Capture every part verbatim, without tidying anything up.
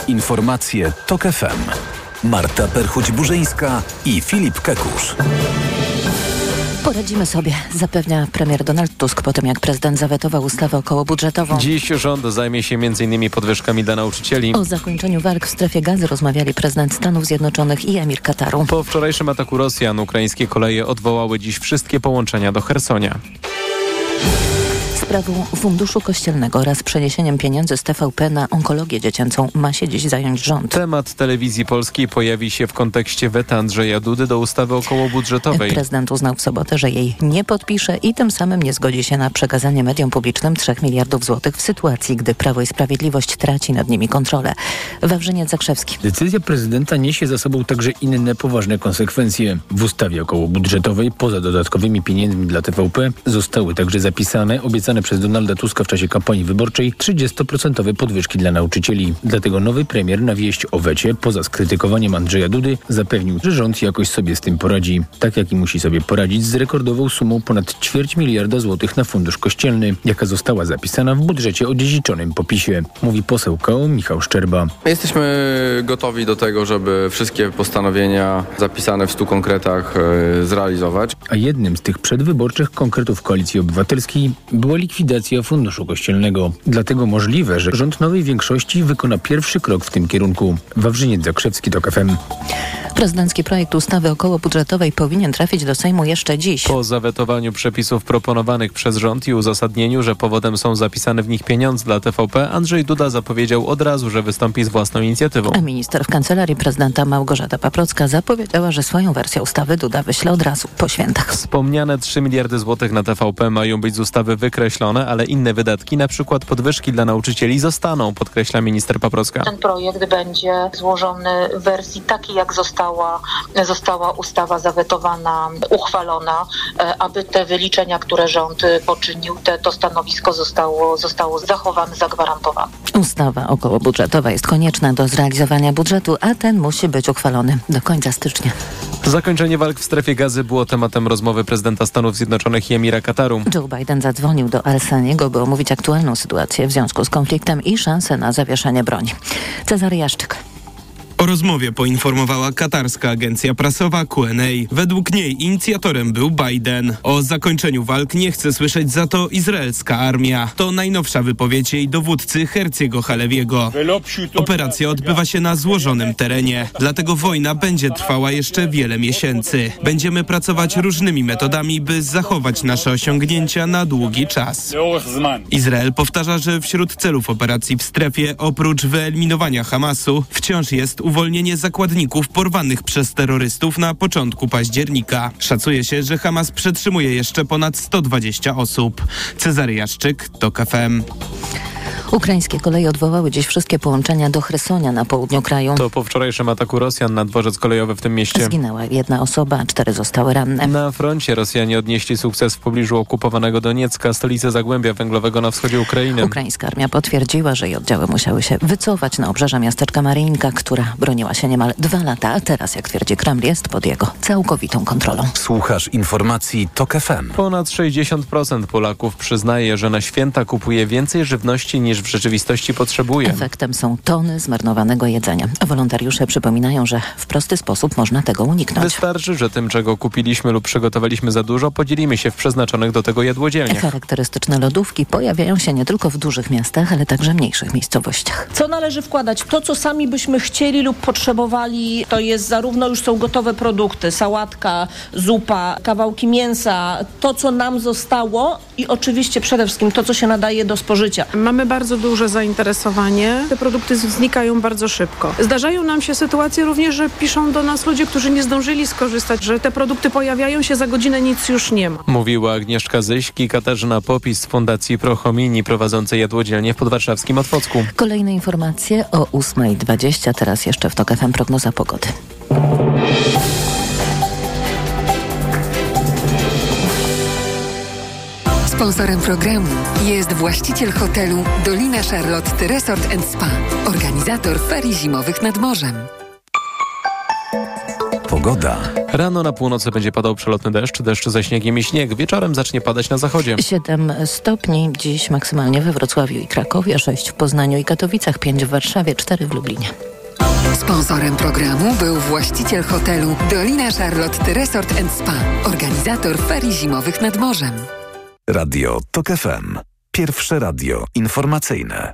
Informacje TOK F M. Marta Perchuć-Burzyńska i Filip Kekusz. Poradzimy sobie, zapewnia premier Donald Tusk po tym, jak prezydent zawetował ustawę okołobudżetową. Dziś rząd zajmie się między innymi podwyżkami dla nauczycieli. O zakończeniu walk w strefie Gazy rozmawiali prezydent Stanów Zjednoczonych i emir Kataru. Po wczorajszym ataku Rosjan ukraińskie koleje odwołały dziś wszystkie połączenia do Chersonia. Sprawą Funduszu Kościelnego oraz przeniesieniem pieniędzy z T V P na onkologię dziecięcą ma się dziś zająć rząd. Temat Telewizji Polskiej pojawi się w kontekście weta Andrzeja Dudy do ustawy okołobudżetowej. Prezydent uznał w sobotę, że jej nie podpisze i tym samym nie zgodzi się na przekazanie mediom publicznym trzech miliardów złotych w sytuacji, gdy Prawo i Sprawiedliwość traci nad nimi kontrolę. Wawrzyniec Zakrzewski. Decyzja prezydenta niesie za sobą także inne poważne konsekwencje. W ustawie okołobudżetowej poza dodatkowymi pieniędzmi dla T V P zostały także zapisane obiecane przez Donalda Tuska w czasie kampanii wyborczej trzydziestoprocentowe podwyżki dla nauczycieli. Dlatego nowy premier na wieść o wecie, poza skrytykowaniem Andrzeja Dudy, zapewnił, że rząd jakoś sobie z tym poradzi. Tak jak i musi sobie poradzić z rekordową sumą ponad ćwierć miliarda złotych na fundusz kościelny, jaka została zapisana w budżecie odziedziczonym po PiSie. Mówi poseł K O Michał Szczerba. Jesteśmy gotowi do tego, żeby wszystkie postanowienia zapisane w stu konkretach e, zrealizować. A jednym z tych przedwyborczych konkretów Koalicji Obywatelskiej była likwidacja Funduszu Kościelnego. Dlatego możliwe, że rząd nowej większości wykona pierwszy krok w tym kierunku. Wawrzyniec Zakrzewski, TOK F M. Prezydencki projekt ustawy okołobudżetowej powinien trafić do Sejmu jeszcze dziś. Po zawetowaniu przepisów proponowanych przez rząd i uzasadnieniu, że powodem są zapisane w nich pieniądze dla T V P, Andrzej Duda zapowiedział od razu, że wystąpi z własną inicjatywą. A minister w kancelarii prezydenta Małgorzata Paprocka zapowiedziała, że swoją wersję ustawy Duda wyśle od razu po świętach. Wspomniane trzy miliardy złotych na T V P mają być z ustawy wykreślone, ale inne wydatki, na przykład podwyżki dla nauczycieli, zostaną, podkreśla minister Paprocka. Ten projekt będzie złożony w wersji takiej, jak została, została ustawa zawetowana, uchwalona, aby te wyliczenia, które rząd poczynił, te, to stanowisko zostało, zostało zachowane, zagwarantowane. Ustawa okołobudżetowa jest konieczna do zrealizowania budżetu, a ten musi być uchwalony do końca stycznia. Zakończenie walk w strefie Gazy było tematem rozmowy prezydenta Stanów Zjednoczonych i emira Kataru. Joe Biden zadzwonił do Al-Saniego, by omówić aktualną sytuację w związku z konfliktem i szansę na zawieszenie broni. Cezary Jaszczyk. O rozmowie poinformowała katarska agencja prasowa Q and A. Według niej inicjatorem był Biden. O zakończeniu walk nie chce słyszeć za to izraelska armia. To najnowsza wypowiedź jej dowódcy Herziego Halewiego. Operacja odbywa się na złożonym terenie, dlatego wojna będzie trwała jeszcze wiele miesięcy. Będziemy pracować różnymi metodami, by zachować nasze osiągnięcia na długi czas. Izrael powtarza, że wśród celów operacji w strefie, oprócz wyeliminowania Hamasu, wciąż jest uwolnienie zakładników porwanych przez terrorystów na początku października. Szacuje się, że Hamas przetrzymuje jeszcze ponad sto dwadzieścia osób. Cezary Jaszczyk, TOK F M. Ukraińskie koleje odwołały dziś wszystkie połączenia do Chersonia na południu kraju. To po wczorajszym ataku Rosjan na dworzec kolejowy w tym mieście. Zginęła jedna osoba, a cztery zostały ranne. Na froncie Rosjanie odnieśli sukces w pobliżu okupowanego Doniecka, stolicy Zagłębia Węglowego na wschodzie Ukrainy. Ukraińska armia potwierdziła, że jej oddziały musiały się wycofać na obrzeża miasteczka Maryinka, która broniła się niemal dwa lata, a teraz, jak twierdzi Kreml, jest pod jego całkowitą kontrolą. Słuchasz informacji TOK F M. Ponad sześćdziesiąt procent Polaków przyznaje, że na święta kupuje więcej żywności niż w rzeczywistości potrzebuje. Efektem są tony zmarnowanego jedzenia. Wolontariusze przypominają, że w prosty sposób można tego uniknąć. Wystarczy, że tym, czego kupiliśmy lub przygotowaliśmy za dużo, podzielimy się w przeznaczonych do tego jadłodzielniach. Charakterystyczne lodówki pojawiają się nie tylko w dużych miastach, ale także mniejszych miejscowościach. Co należy wkładać? To, co sami byśmy chcieli lub potrzebowali, to jest zarówno już są gotowe produkty, sałatka, zupa, kawałki mięsa, to, co nam zostało i oczywiście przede wszystkim to, co się nadaje do spożycia. Mamy bardzo duże zainteresowanie. Te produkty znikają bardzo szybko. Zdarzają nam się sytuacje również, że piszą do nas ludzie, którzy nie zdążyli skorzystać, że te produkty pojawiają się, za godzinę nic już nie ma. Mówiła Agnieszka Zyśk i Katarzyna Popis z Fundacji Prochomini prowadzącej jadłodzielnię w podwarszawskim Otwocku. Kolejne informacje o ósma dwadzieścia. Teraz jeszcze w TOK F M prognoza pogody. Sponsorem programu jest właściciel hotelu Dolina Charlotte Resort and Spa, organizator ferii zimowych nad morzem. Pogoda. Rano na północy będzie padał przelotny deszcz, deszcz ze śniegiem i śnieg. Wieczorem zacznie padać na zachodzie. siedem stopni dziś maksymalnie we Wrocławiu i Krakowie, sześć w Poznaniu i Katowicach, pięć w Warszawie, cztery w Lublinie. Sponsorem programu był właściciel hotelu Dolina Charlotte Resort and Spa, organizator ferii zimowych nad morzem. Radio TOK F M. Pierwsze radio informacyjne.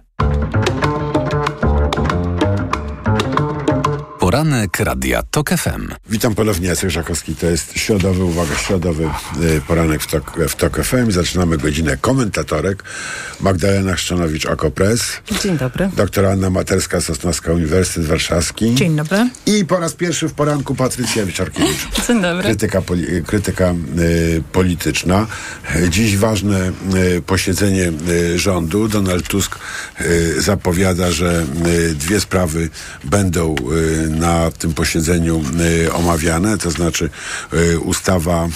Poranek Radia TOK F M. Witam ponownie, Jacek Żakowski. To jest środowy, uwaga, środowy y, poranek w TOK, w TOK F M. Zaczynamy godzinę komentatorek. Magdalena Chrzczanowicz-Okopres. Dzień dobry. Doktor Anna Materska-Sosnowska, Uniwersytet Warszawski. Dzień dobry. I po raz pierwszy w poranku Patrycja Wieczorkiewicz. Dzień dobry. Krytyka, poli, krytyka y, polityczna. Dziś ważne y, posiedzenie y, rządu. Donald Tusk y, zapowiada, że y, dwie sprawy będą y, na tym posiedzeniu y, omawiane, to znaczy y, ustawa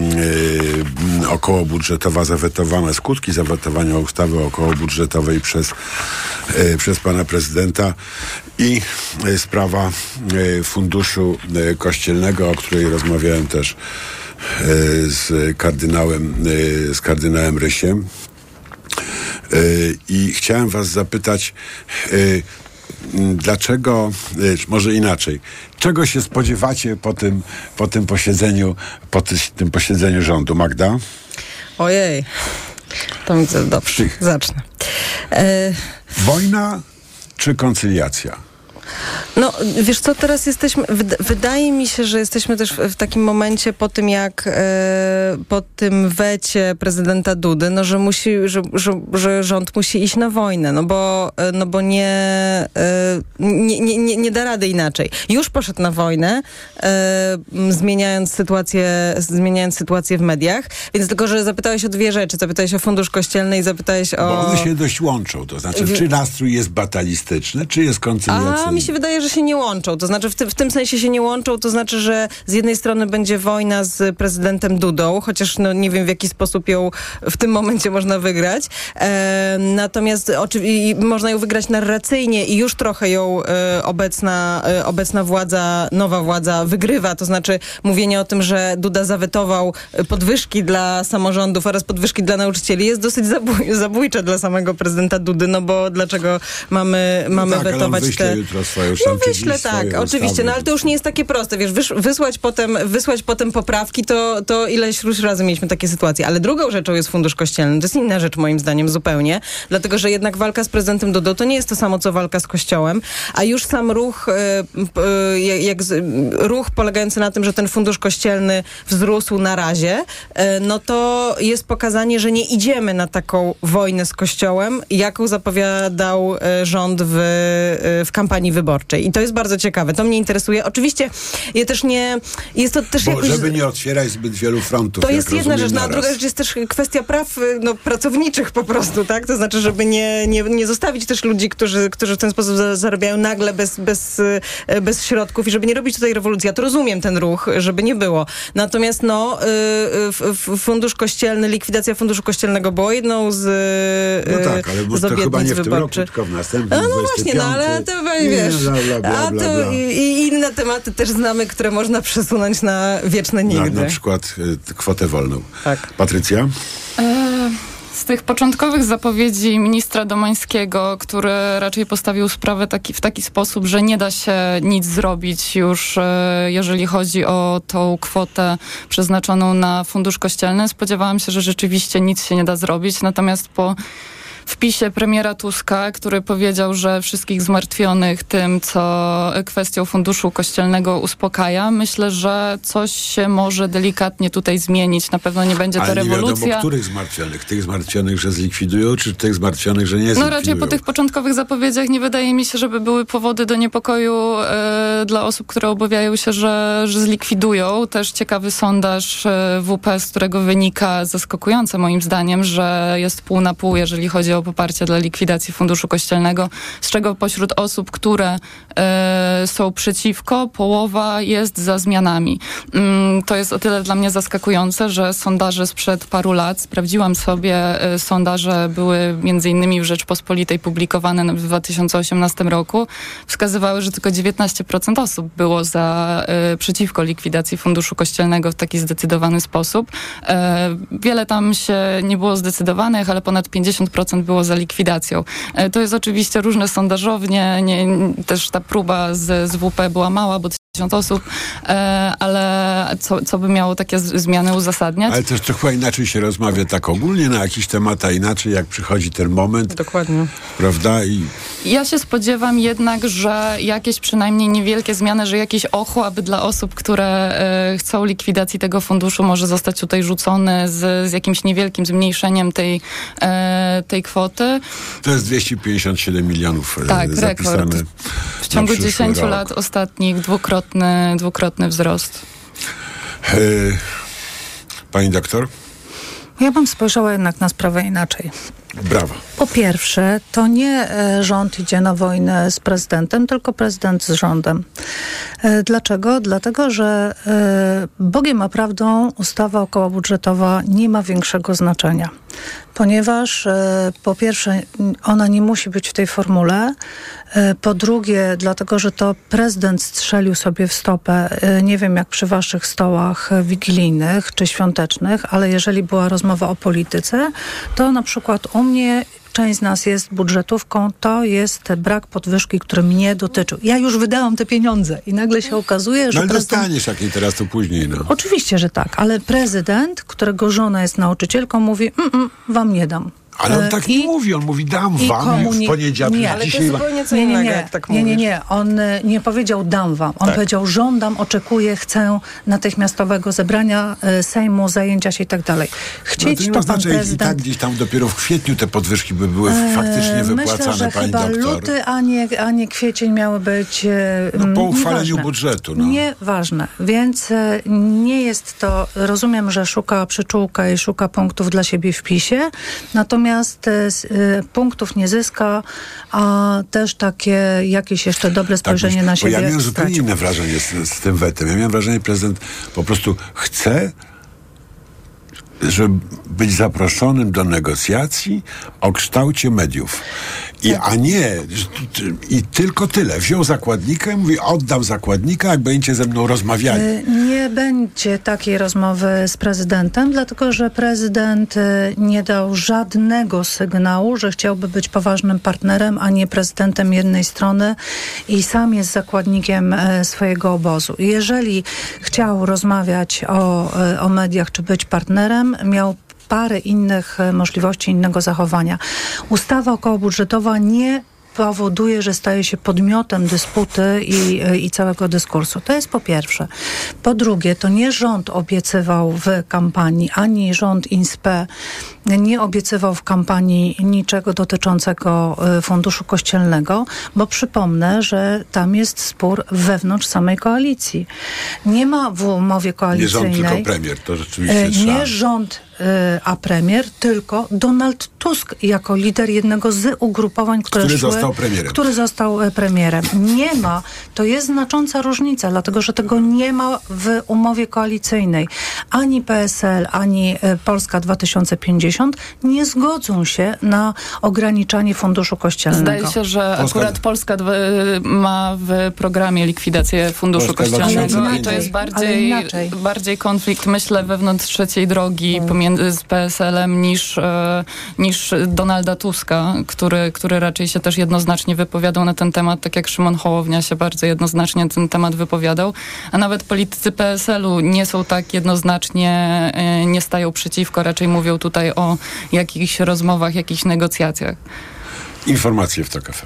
y, okołobudżetowa zawetowana, skutki zawetowania ustawy okołobudżetowej przez, y, przez pana prezydenta i y, sprawa y, funduszu y, kościelnego, o której rozmawiałem też y, z kardynałem, y, z kardynałem Rysiem. Y, I chciałem was zapytać, y, dlaczego, może inaczej, czego się spodziewacie po tym, po tym posiedzeniu, po ty, tym posiedzeniu rządu? Magda? Ojej, to mi to dobrze, zacznę. E... Wojna czy koncyliacja? No, wiesz co, teraz jesteśmy, wydaje mi się, że jesteśmy też w takim momencie po tym, jak e, po tym wecie prezydenta Dudy, no, że musi, że, że, że rząd musi iść na wojnę, no bo, no bo nie, e, nie, nie, nie, nie da rady inaczej. Już poszedł na wojnę, e, zmieniając sytuację, zmieniając sytuację w mediach, więc tylko, że zapytałeś o dwie rzeczy. Zapytałeś o fundusz kościelny i zapytałeś o... Bo one się dość łączą, to znaczy, czy nastrój jest batalistyczny, czy jest koncyliacyjny? A mi się wydaje, że się nie łączą. To znaczy w, ty, w tym sensie się nie łączą, to znaczy, że z jednej strony będzie wojna z prezydentem Dudą, chociaż no, nie wiem, w jaki sposób ją w tym momencie można wygrać. E, natomiast oczywiście można ją wygrać narracyjnie i już trochę ją e, obecna, e, obecna władza, nowa władza wygrywa. To znaczy mówienie o tym, że Duda zawetował podwyżki dla samorządów oraz podwyżki dla nauczycieli jest dosyć zabój, zabójcze dla samego prezydenta Dudy, no bo dlaczego mamy, mamy no tak, wetować te... jutro swoją No wyślę, tak, oczywiście, ustawy. No ale to już nie jest takie proste, wiesz, wysz, wysłać potem, wysłać potem poprawki, to, to ileś już razy mieliśmy takie sytuacje, ale drugą rzeczą jest fundusz kościelny, to jest inna rzecz moim zdaniem zupełnie, dlatego, że jednak walka z prezydentem Dudą to nie jest to samo, co walka z Kościołem, a już sam ruch, y, y, jak, ruch polegający na tym, że ten fundusz kościelny wzrósł na razie, y, no to jest pokazanie, że nie idziemy na taką wojnę z Kościołem, jaką zapowiadał y, rząd w, y, w kampanii wyborczej. I to jest bardzo ciekawe. To mnie interesuje. Oczywiście ja też nie... Jest to też Bo jakoś... żeby nie otwierać zbyt wielu frontów. To jest jedna rzecz. No, a naraz. druga rzecz jest też kwestia praw no, pracowniczych po prostu, tak? To znaczy, żeby nie, nie, nie zostawić też ludzi, którzy, którzy w ten sposób zarabiają nagle bez, bez, bez środków i żeby nie robić tutaj rewolucji. Ja to rozumiem ten ruch, żeby nie było. Natomiast no, y, y, fundusz kościelny, likwidacja funduszu kościelnego było jedną z No tak, ale z to chyba nie w tym roku, wyborczych. tylko w następnym. No, no właśnie, no ale to wiesz, bla, bla, bla, a bla, to bla. i, i inne tematy też znamy, które można przesunąć na wieczne nigdy. Na, na przykład y, kwotę wolną. Tak. Patrycja? Z tych początkowych zapowiedzi ministra Domańskiego, który raczej postawił sprawę taki, w taki sposób, że nie da się nic zrobić już, jeżeli chodzi o tą kwotę przeznaczoną na fundusz kościelny, spodziewałam się, że rzeczywiście nic się nie da zrobić. Natomiast po wpisie premiera Tuska, który powiedział, że wszystkich zmartwionych tym, co kwestią funduszu kościelnego uspokaja, myślę, że coś się może delikatnie tutaj zmienić. Na pewno nie będzie to Ale rewolucja. Ale nie wiadomo, których zmartwionych? Tych zmartwionych, że zlikwidują, czy tych zmartwionych, że nie zlikwidują? No raczej po tych początkowych zapowiedziach nie wydaje mi się, żeby były powody do niepokoju e, dla osób, które obawiają się, że, że zlikwidują. Też ciekawy sondaż e, W P, z którego wynika zaskakujące moim zdaniem, że jest pół na pół, jeżeli chodzi chodzi o poparcie dla likwidacji Funduszu Kościelnego, z czego pośród osób, które e, są przeciwko, połowa jest za zmianami. Mm, to jest o tyle dla mnie zaskakujące, że sondaże sprzed paru lat, sprawdziłam sobie, e, sondaże były między innymi w Rzeczpospolitej publikowane w dwa tysiące osiemnastym roku, wskazywały, że tylko dziewiętnaście procent osób było za, e, przeciwko likwidacji Funduszu Kościelnego w taki zdecydowany sposób. E, wiele tam się nie było zdecydowanych, ale ponad pięćdziesiąt procent było za likwidacją. E, to jest oczywiście różne sondażownie, nie, też ta próba z, z W P była mała, bo tysiąc osób, e, ale co, co by miało takie z, zmiany uzasadniać? Ale też to chyba inaczej się rozmawia tak ogólnie na jakiś temat, a inaczej jak przychodzi ten moment. Dokładnie. Prawda? I... Ja się spodziewam jednak, że jakieś przynajmniej niewielkie zmiany, że jakieś ochłaby dla osób, które e, chcą likwidacji tego funduszu może zostać tutaj rzucony z, z jakimś niewielkim zmniejszeniem tej, e, tej kwoty. To jest dwieście pięćdziesiąt siedem milionów tak, zapisane. Rekord. W ciągu dziesięciu lat ostatnich dwukrotnie Dwukrotny, dwukrotny wzrost. Yy, pani doktor? Ja bym spojrzała jednak na sprawę inaczej. Brawo. Po pierwsze, to nie rząd idzie na wojnę z prezydentem, tylko prezydent z rządem. Dlaczego? Dlatego, że Bogiem a prawdą ustawa okołobudżetowa nie ma większego znaczenia. Ponieważ po pierwsze ona nie musi być w tej formule, po drugie dlatego, że to prezydent strzelił sobie w stopę, nie wiem jak przy waszych stołach wigilijnych czy świątecznych, ale jeżeli była rozmowa o polityce, to na przykład u mnie część z nas jest budżetówką, to jest brak podwyżki, który mnie dotyczył. Ja już wydałam te pieniądze i nagle się okazuje, że no ale prezydent... dostaniesz, jak nie teraz, to później. No. Oczywiście, że tak, ale prezydent, którego żona jest nauczycielką, mówi, mm, wam nie dam. Ale on tak I, nie mówi, on mówi dam wam w poniedziałek. Nie, ale to jest zupełnie co nie, innego, nie, nie, jak tak nie, nie, mówisz. nie, on nie powiedział dam wam, on tak. powiedział żądam, oczekuję, chcę natychmiastowego zebrania Sejmu, zajęcia się i tak dalej. Chcieć no to, to to pan znaczy, prezydent... I tak gdzieś tam dopiero w kwietniu te podwyżki by były eee, faktycznie wypłacane, myślę, że pani chyba doktor. luty, a nie, a nie kwiecień miały być no, po uchwaleniu nieważne. budżetu. No. Nieważne, więc nie jest to, rozumiem, że szuka przyczółka i szuka punktów dla siebie w PiSie, natomiast y, punktów nie zyska, a też takie jakieś jeszcze dobre spojrzenie tak, na siebie bo ja miałem zupełnie stracił. inne wrażenie z, z tym wetem. Ja miałem wrażenie, że prezydent po prostu chce, żeby być zaproszonym do negocjacji o kształcie mediów. I, tak. A nie, i tylko tyle. Wziął zakładnika i mówi, oddam zakładnika, jak będziecie ze mną rozmawiali. Nie będzie takiej rozmowy z prezydentem, dlatego że prezydent nie dał żadnego sygnału, że chciałby być poważnym partnerem, a nie prezydentem jednej strony i sam jest zakładnikiem swojego obozu. Jeżeli chciał rozmawiać o, o mediach, czy być partnerem, miał parę innych możliwości, innego zachowania. Ustawa okołobudżetowa nie powoduje, że staje się podmiotem dysputy i, i całego dyskursu. To jest po pierwsze. Po drugie, to nie rząd obiecywał w kampanii, ani rząd INSPE nie obiecywał w kampanii niczego dotyczącego Funduszu Kościelnego, bo przypomnę, że tam jest spór wewnątrz samej koalicji. Nie ma w umowie koalicyjnej... Nie rząd, tylko premier, to rzeczywiście Nie trzeba. rząd, a premier, tylko Donald Tusk jako lider jednego z ugrupowań, które który szły, został premierem. Który został premierem. Nie ma, to jest znacząca różnica, dlatego że tego nie ma w umowie koalicyjnej. Ani P S L, ani Polska dwa tysiące pięćdziesiąt nie zgodzą się na ograniczanie Funduszu Kościelnego. Zdaje się, że Polska... akurat Polska ma w programie likwidację Funduszu Polska Kościelnego i to jest bardziej, bardziej konflikt, myślę, wewnątrz trzeciej drogi hmm. pomiędzy z P S L-em niż, e, niż Donalda Tuska, który, który raczej się też jednoznacznie wypowiadał na ten temat, tak jak Szymon Hołownia się bardzo jednoznacznie na ten temat wypowiadał, a nawet politycy P S L-u nie są tak jednoznacznie, e, nie stają przeciwko, raczej mówią tutaj o jakichś rozmowach, jakichś negocjacjach. Informacje w TOK F M.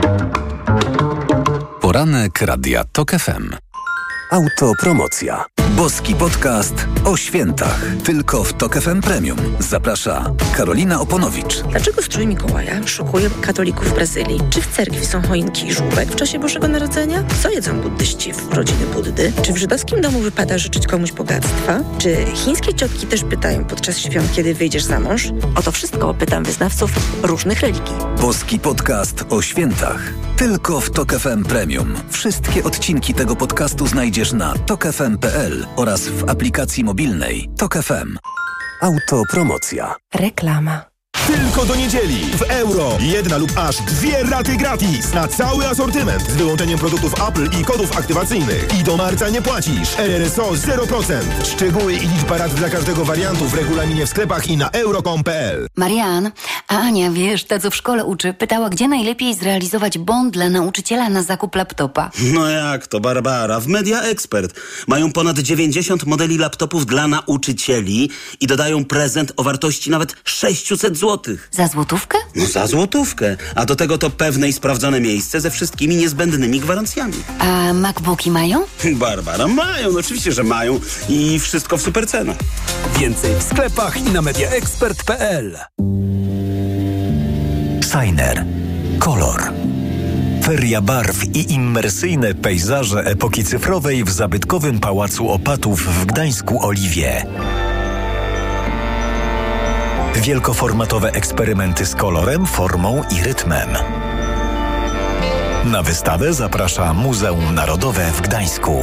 Poranek Radia TOK F M. Autopromocja. Boski podcast o świętach. Tylko w Tok F M Premium. Zaprasza Karolina Oponowicz. Dlaczego strój Mikołaja szokuje katolików w Brazylii? Czy w cerkwi są choinki i żółbek w czasie Bożego Narodzenia? Co jedzą buddyści w rodziny Buddy? Czy w żydowskim domu wypada życzyć komuś bogactwa? Czy chińskie ciotki też pytają podczas świąt, kiedy wyjdziesz za mąż? O to wszystko pytam wyznawców różnych religii. Boski podcast o świętach. Tylko w Tok F M Premium. Wszystkie odcinki tego podcastu znajdziesz na tok f m kropka p l oraz w aplikacji mobilnej Tok F M. Autopromocja. Reklama. Tylko do niedzieli w Euro. Jedna lub aż dwie raty gratis na cały asortyment z wyłączeniem produktów Apple i kodów aktywacyjnych. I do marca nie płacisz. R R S O zero procent. Szczegóły i liczba rat dla każdego wariantu w regulaminie w sklepach i na euro kropka com kropka p l. Marian, a Ania, wiesz, ta co w szkole uczy, pytała, gdzie najlepiej zrealizować bon dla nauczyciela na zakup laptopa. No jak to, Barbara? W Media Expert mają ponad dziewięćdziesiąt modeli laptopów dla nauczycieli i dodają prezent o wartości nawet sześćset złotych. Za złotówkę? No za złotówkę. A do tego to pewne i sprawdzone miejsce ze wszystkimi niezbędnymi gwarancjami. A MacBooki mają? Barbara, mają, no oczywiście, że mają i wszystko w super cenach. Więcej w sklepach i na media expert kropka p l. Signer. Kolor. Feria barw i immersyjne pejzaże epoki cyfrowej w zabytkowym Pałacu Opatów w Gdańsku Oliwie. Wielkoformatowe eksperymenty z kolorem, formą i rytmem. Na wystawę zaprasza Muzeum Narodowe w Gdańsku.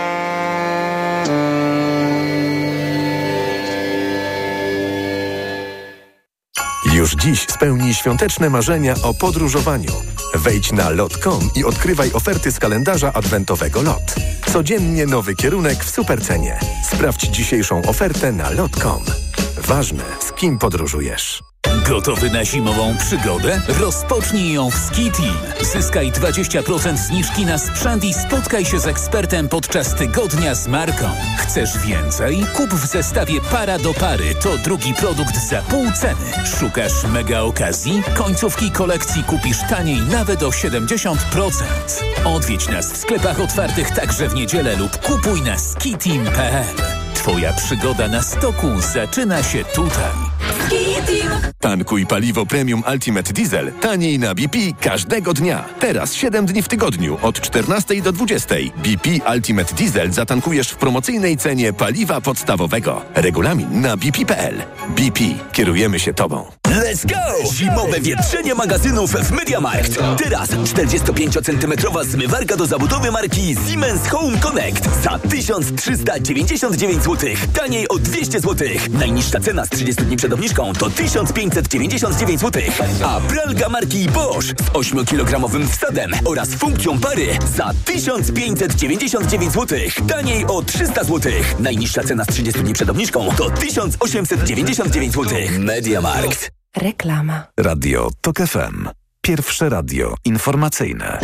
Już dziś spełnij świąteczne marzenia o podróżowaniu. Wejdź na lot kropka com i odkrywaj oferty z kalendarza adwentowego LOT. Codziennie nowy kierunek w supercenie. Sprawdź dzisiejszą ofertę na lot kropka com. Ważne, z kim podróżujesz. Gotowy na zimową przygodę? Rozpocznij ją w Ski Team. Zyskaj dwadzieścia procent zniżki na sprzęt i spotkaj się z ekspertem podczas tygodnia z marką. Chcesz więcej? Kup w zestawie para do pary. To drugi produkt za pół ceny. Szukasz mega okazji? Końcówki kolekcji kupisz taniej nawet o siedemdziesiąt procent. Odwiedź nas w sklepach otwartych także w niedzielę lub kupuj na skiteam kropka p l. Twoja przygoda na stoku zaczyna się tutaj. Tankuj paliwo Premium Ultimate Diesel taniej na B P każdego dnia. Teraz siedem dni w tygodniu od czternastej do dwudziestej. B P Ultimate Diesel zatankujesz w promocyjnej cenie paliwa podstawowego. Regulamin na b p kropka p l. B P. Kierujemy się Tobą. Let's go! Zimowe wietrzenie magazynów w MediaMarkt. Teraz czterdziestopięciocentymetrowa zmywarka do zabudowy marki Siemens Home Connect za tysiąc trzysta dziewięćdziesiąt dziewięć złotych. Taniej o dwieście złotych. Najniższa cena z trzydziestu dni przed obniżką to tysiąc pięćset dziewięćdziesiąt dziewięć złotych. A pralka marki Bosch z ośmiokilogramowym wsadem oraz funkcją pary za tysiąc pięćset dziewięćdziesiąt dziewięć złotych. Taniej o trzysta złotych. Najniższa cena z trzydziestu dni przed obniżką to tysiąc osiemset dziewięćdziesiąt dziewięć złotych. MediaMarkt. Reklama. Radio Tok F M. Pierwsze radio informacyjne.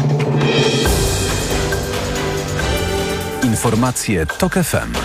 Informacje Tok F M.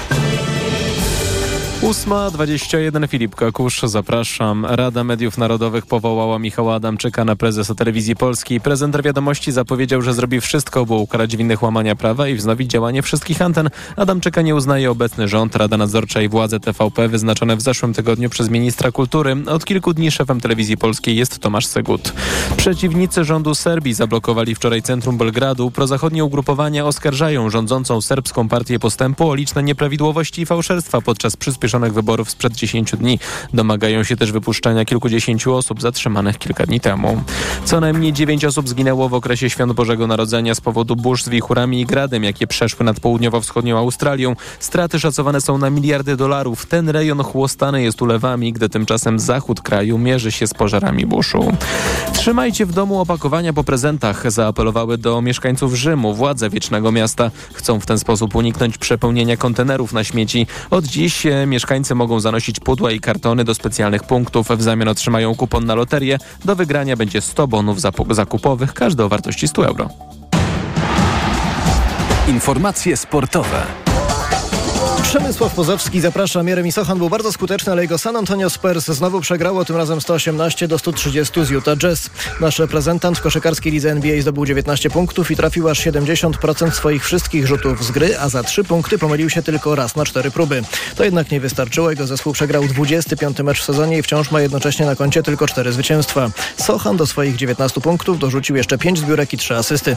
ósma dwadzieścia jeden, Filip Kakusz, zapraszam. Rada Mediów Narodowych powołała Michała Adamczyka na prezesa Telewizji Polskiej. Prezenter Wiadomości zapowiedział, że zrobi wszystko, by ukarać winnych łamania prawa i wznowić działanie wszystkich anten. Adamczyka nie uznaje obecny rząd. Rada Nadzorcza i władze T V P wyznaczone w zeszłym tygodniu przez ministra kultury. Od kilku dni szefem Telewizji Polskiej jest Tomasz Segut. Przeciwnicy rządu Serbii zablokowali wczoraj centrum Belgradu. Prozachodnie ugrupowania oskarżają rządzącą serbską Partię Postępu o liczne nieprawidłowości i fałszerstwa podczas przyspieszonych wyborów sprzed dziesięciu dni. Domagają się też wypuszczenia kilkudziesięciu osób zatrzymanych kilka dni temu. Co najmniej dziewięć osób zginęło w okresie Świąt Bożego Narodzenia z powodu burz z wichurami i gradem, jakie przeszły nad południowo-wschodnią Australią. Straty szacowane są na miliardy dolarów. Ten rejon chłostany jest ulewami, gdy tymczasem zachód kraju mierzy się z pożarami buszu. Trzymajcie w domu opakowania po prezentach, zaapelowały do mieszkańców Rzymu władze Wiecznego Miasta. Chcą w ten sposób uniknąć przepełnienia kontenerów na śmieci. Od dziś mieszkańcy mogą zanosić pudła i kartony do specjalnych punktów. W zamian otrzymają kupon na loterię. Do wygrania będzie sto bonów zakupowych, każdy o wartości sto euro. Informacje sportowe. Przemysław Pozowski, zapraszam. Jeremy Sochan był bardzo skuteczny, ale jego San Antonio Spurs znowu przegrało, tym razem sto osiemnaście do stu trzydziestu z Utah Jazz. Nasz reprezentant w koszykarskiej lidze N B A zdobył dziewiętnaście punktów i trafił aż siedemdziesiąt procent swoich wszystkich rzutów z gry, a za trzy punkty pomylił się tylko raz na cztery próby. To jednak nie wystarczyło. Jego zespół przegrał dwudziesty piąty mecz w sezonie i wciąż ma jednocześnie na koncie tylko cztery zwycięstwa. Sochan do swoich dziewiętnastu punktów dorzucił jeszcze pięć zbiórek i trzy asysty.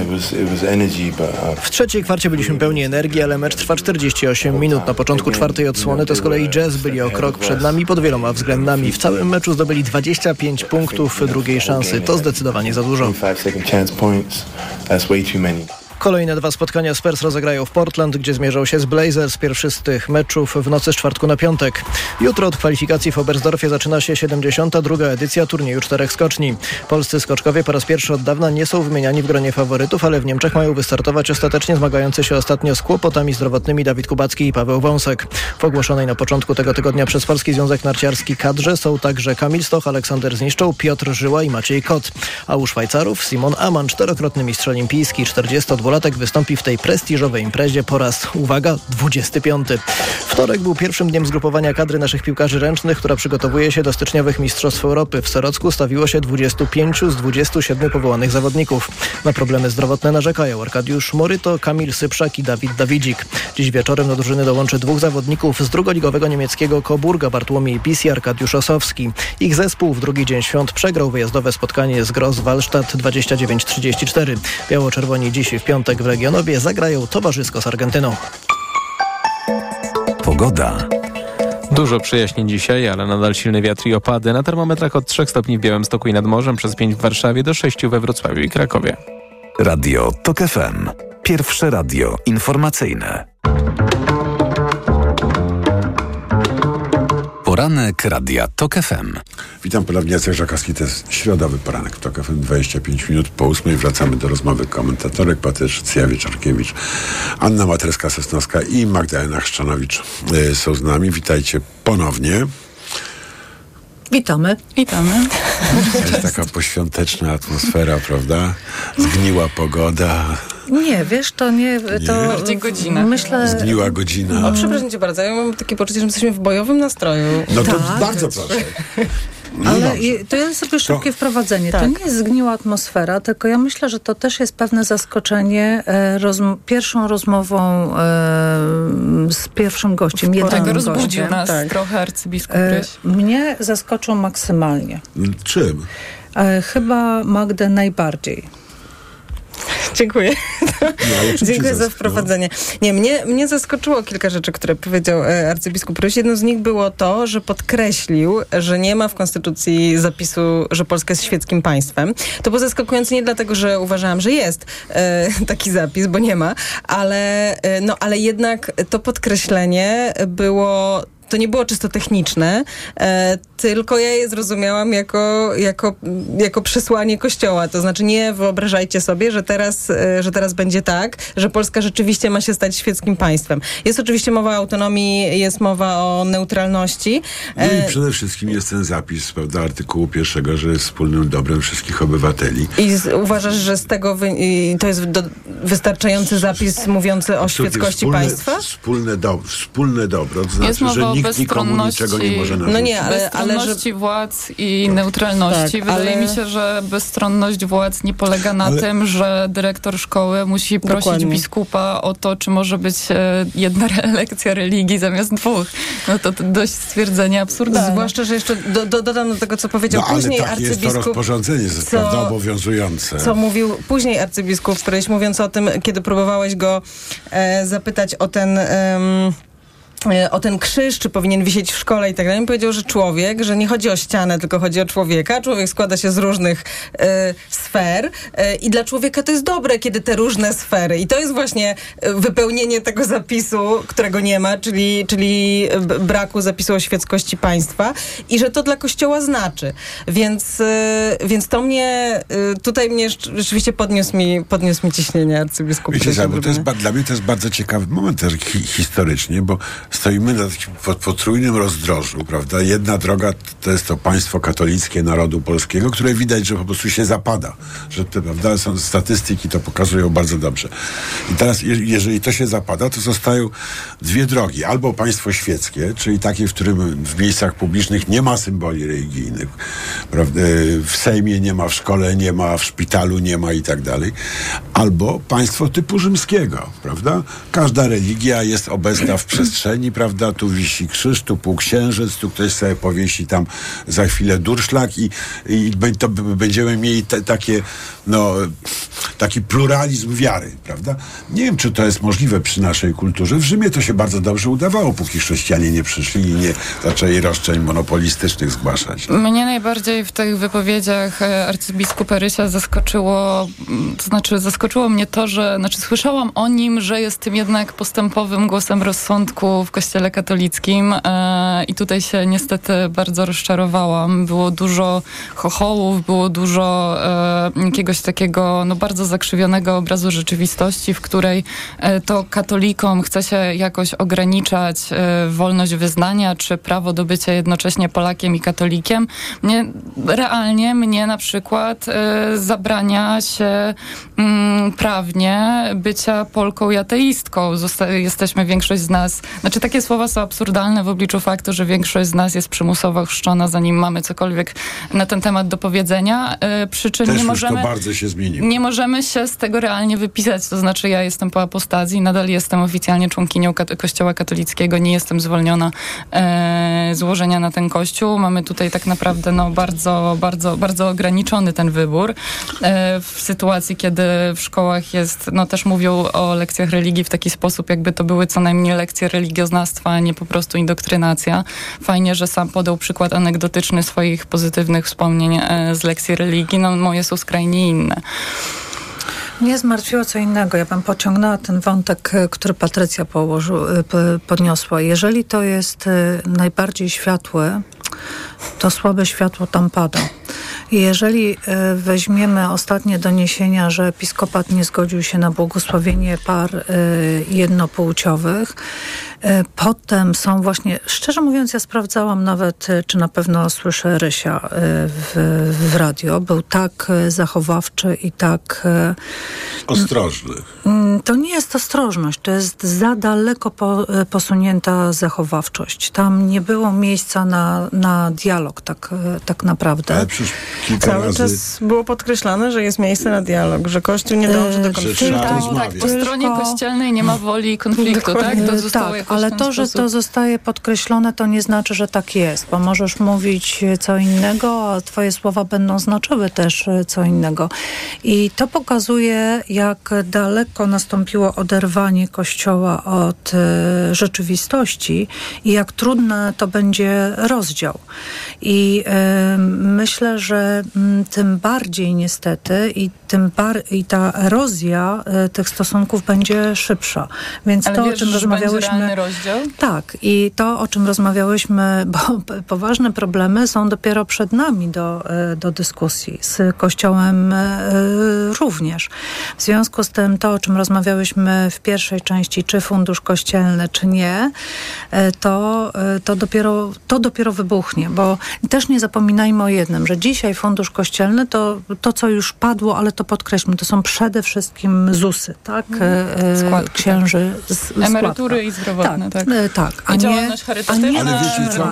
W trzeciej kwarcie byliśmy pełni energii, ale mecz trwa czterdzieści osiem minut. Na początku czwartej odsłony to z kolei Jazz byli o krok przed nami pod wieloma względami. W całym meczu zdobyli dwadzieścia pięć punktów drugiej szansy. To zdecydowanie za dużo. Kolejne dwa spotkania Spurs rozegrają w Portland, gdzie zmierzą się z Blazers. Pierwszy z tych meczów w nocy z czwartku na piątek. Jutro od kwalifikacji w Oberstdorfie zaczyna się siedemdziesiąta druga edycja turnieju czterech skoczni. Polscy skoczkowie po raz pierwszy od dawna nie są wymieniani w gronie faworytów, ale w Niemczech mają wystartować ostatecznie zmagający się ostatnio z kłopotami zdrowotnymi Dawid Kubacki i Paweł Wąsek. W ogłoszonej na początku tego tygodnia przez Polski Związek Narciarski kadrze są także Kamil Stoch, Aleksander Zniszczą, Piotr Żyła i Maciej Kot. A u Szwajcarów Simon Amann, czterokrotny mistrz olimpijski, czterdziestodwulatek, wystąpi w tej prestiżowej imprezie po raz, uwaga, dwudziesty piąty. Wtorek był pierwszym dniem zgrupowania kadry naszych piłkarzy ręcznych, która przygotowuje się do styczniowych Mistrzostw Europy. W Serocku stawiło się dwudziestu pięciu z dwudziestu siedmiu powołanych zawodników. Na problemy zdrowotne narzekają Arkadiusz Moryto, Kamil Sypszak i Dawid Dawidzik. Dziś wieczorem do drużyny dołączy dwóch zawodników z drugoligowego niemieckiego Coburga, Bartłomiej Pis i Arkadiusz Osowski. Ich zespół w drugi dzień świąt przegrał wyjazdowe spotkanie z Gross Wallstadt dwadzieścia dziewięć trzydzieści cztery. Biało-czerwoni dziś w piątek w Legionowie zagrają towarzysko z Argentyną. Pogoda. Dużo przyjaźni dzisiaj, ale nadal silny wiatr i opady. Na termometrach od trzech stopni w Białymstoku i nad morzem, przez pięć w Warszawie do sześciu we Wrocławiu i Krakowie. Radio TOK F M. Pierwsze radio informacyjne. Poranek Radia TOK F M. Witam ponownie, Jacek Żakowski. To jest środowy poranek w TOK F M. dwadzieścia pięć minut po ósmej. Wracamy do rozmowy komentatorek Patrycja Wieczorkiewicz, Anna Matreska-Sosnowska i Magdalena Chrzczanowicz y, są z nami. Witajcie ponownie. Witamy. Witamy. Jest taka poświąteczna atmosfera, prawda? Zgniła pogoda. Nie, wiesz, to nie... To bardziej godzina. Myślę... Zgniła godzina. O, przepraszam cię bardzo, ja mam takie poczucie, że my jesteśmy w bojowym nastroju. No to tak. bardzo proszę. No Ale dobrze. je, to jest sobie szybkie To- wprowadzenie. Tak. To nie jest zgniła atmosfera, tylko ja myślę, że to też jest pewne zaskoczenie e, rozm- pierwszą rozmową e, z pierwszym gościem, Tak, jedynym rozbudził gościem. nas tak. trochę arcybiskup E, Ryś. mnie zaskoczył maksymalnie. Czym? E, chyba Magdę najbardziej. Dziękuję. No, ale czym cię Dziękuję za zaskoczyło? wprowadzenie. Nie, mnie, mnie zaskoczyło kilka rzeczy, które powiedział e, arcybiskup Ryś. Jedno z nich było to, że podkreślił, że nie ma w Konstytucji zapisu, że Polska jest świeckim państwem. To było zaskakujące nie dlatego, że uważałam, że jest e, taki zapis, bo nie ma, ale, e, no, ale jednak to podkreślenie było... To nie było czysto techniczne, e, tylko ja je zrozumiałam jako, jako, jako przesłanie Kościoła. To znaczy nie wyobrażajcie sobie, że teraz, e, że teraz będzie tak, że Polska rzeczywiście ma się stać świeckim państwem. Jest oczywiście mowa o autonomii, jest mowa o neutralności. No i przede wszystkim jest ten zapis, prawda, artykułu pierwszego, że jest wspólnym dobrem wszystkich obywateli. I z, uważasz, że z tego wy, i to jest do, wystarczający zapis mówiący o Absolutnie świeckości wspólne, państwa? Wspólne, do, wspólne dobro, to Jest znaczy, mowa że o nikt nikomu niczego nie może narzucić. No nie, ale, ale że... bezstronności władz i neutralności. Tak, Wydaje ale- mi się, że bezstronność władz nie polega na Ale- tym, że dyrektor szkoły musi prosić Dokładnie. biskupa o to, czy może być e, jedna lekcja religii zamiast dwóch. No to, to dość stwierdzenie absurdalne. Zwłaszcza, że jeszcze do, do, dodam do tego, co powiedział No ale później takie jest to arcybiskup. rozporządzenie, jest co- prawda, obowiązujące. Co mówił później arcybiskup Pryś, mówiąc o tym, kiedy próbowałeś go e, zapytać o ten... em, e, o ten krzyż, czy powinien wisieć w szkole i tak dalej. Powiedział, że człowiek, że nie chodzi o ścianę, tylko chodzi o człowieka. Człowiek składa się z różnych e, sfer e, i dla człowieka to jest dobre, kiedy te różne sfery. I to jest właśnie e, wypełnienie tego zapisu, którego nie ma, czyli, czyli b- braku zapisu o świeckości państwa i że to dla Kościoła znaczy. Więc, e, więc to mnie, e, tutaj mnie rzecz- rzeczywiście podniósł mi, podniósł mi ciśnienie arcybiskup. Wiecie, Pryś za- bo to jest, ogromne. ba- dla mnie to jest bardzo ciekawy moment też hi- historycznie, bo stoimy na takim potrójnym rozdrożu, prawda? Jedna droga to jest to państwo katolickie narodu polskiego, które widać, że po prostu się zapada, że te, prawda, są statystyki, to pokazują bardzo dobrze. I teraz, je, jeżeli to się zapada, to zostają dwie drogi. Albo państwo świeckie, czyli takie, w którym w miejscach publicznych nie ma symboli religijnych, prawda? W Sejmie nie ma, w szkole nie ma, w szpitalu nie ma i tak dalej. Albo państwo typu rzymskiego, prawda? Każda religia jest obecna w przestrzeni, prawda? Tu wisi krzyż, tu półksiężyc, tu ktoś sobie powiesi tam za chwilę durszlak i, i to będziemy mieli te, takie, no, taki pluralizm wiary, prawda? Nie wiem, czy to jest możliwe przy naszej kulturze. W Rzymie to się bardzo dobrze udawało, póki chrześcijanie nie przyszli i nie zaczęli roszczeń monopolistycznych zgłaszać. Mnie najbardziej w tych wypowiedziach arcybiskupa Rysia zaskoczyło, to znaczy zaskoczyło mnie to, że, znaczy słyszałam o nim, że jest tym jednak postępowym głosem rozsądku w Kościele katolickim e, i tutaj się niestety bardzo rozczarowałam. Było dużo chochołów, było dużo e, jakiegoś takiego no bardzo zakrzywionego obrazu rzeczywistości, w której e, to katolikom chce się jakoś ograniczać e, wolność wyznania, czy prawo do bycia jednocześnie Polakiem i katolikiem. Mnie, realnie mnie na przykład e, zabrania się mm, prawnie bycia Polką i ateistką. Zosta- jesteśmy, większość z nas, znaczy takie słowa są absurdalne w obliczu faktu, że większość z nas jest przymusowo chrzczona, zanim mamy cokolwiek na ten temat do powiedzenia. E, przy czym Też nie już możemy, to bardzo się zmieniło. nie możemy się z tego realnie wypisać. To znaczy ja jestem po apostazji, nadal jestem oficjalnie członkinią kat- Kościoła katolickiego, nie jestem zwolniona e, złożenia na ten kościół. Mamy tutaj tak naprawdę no, bardzo, bardzo, bardzo ograniczony ten wybór. E, w sytuacji, kiedy w szkołach jest, no też mówią o lekcjach religii w taki sposób, jakby to były co najmniej lekcje religioznawstwa, a nie po prostu indokrynacja. Fajnie, że sam podał przykład anegdotyczny swoich pozytywnych wspomnień e, z lekcji religii. No moje są skrajnie inne. Mnie zmartwiło co innego. Ja bym pociągnęła ten wątek, który Patrycja położył, podniosła. Jeżeli to jest najbardziej światłe, to słabe światło tam pada. I jeżeli weźmiemy ostatnie doniesienia, że episkopat nie zgodził się na błogosławienie par jednopłciowych, potem są właśnie, szczerze mówiąc, ja sprawdzałam nawet, czy na pewno słyszę Rysia w, w radio. Był tak zachowawczy i tak ostrożny. To nie jest ostrożność, to jest za daleko po, posunięta zachowawczość. Tam nie było miejsca na, na dialog, tak, tak naprawdę. Ale przecież kilka Cały razy... czas było podkreślane, że jest miejsce na dialog, że Kościół nie dąży do konfliktu. Tak, po stronie kościelnej nie ma woli konfliktu, tak? To zostało tak, ale to, że to zostaje podkreślone, to nie znaczy, że tak jest, bo możesz mówić co innego, a twoje słowa będą znaczyły też co innego. I to pokazuje, jak daleko nastąpiło oderwanie Kościoła od y, rzeczywistości i jak trudny to będzie rozdział. I y, myślę, że y, tym bardziej niestety i, tym bar- i ta erozja y, tych stosunków będzie szybsza. Więc Ale to, wiesz, o czym że rozmawiałyśmy... będzie realny rozdział? Tak. I to, o czym rozmawiałyśmy, bo poważne problemy są dopiero przed nami do, do dyskusji. Z Kościołem y, również. W związku z tym to, o czym rozmawiałyśmy w pierwszej części, czy fundusz kościelny, czy nie, to, to, dopiero, to dopiero wybuchnie, bo też nie zapominajmy o jednym, że dzisiaj fundusz kościelny to, to co już padło, ale to podkreślmy, to są przede wszystkim zusy, tak? Składki, księży. Tak. Z, Emerytury i zdrowotne, tak. tak. tak. A, a działalność charytatywna. Ale wiecie co?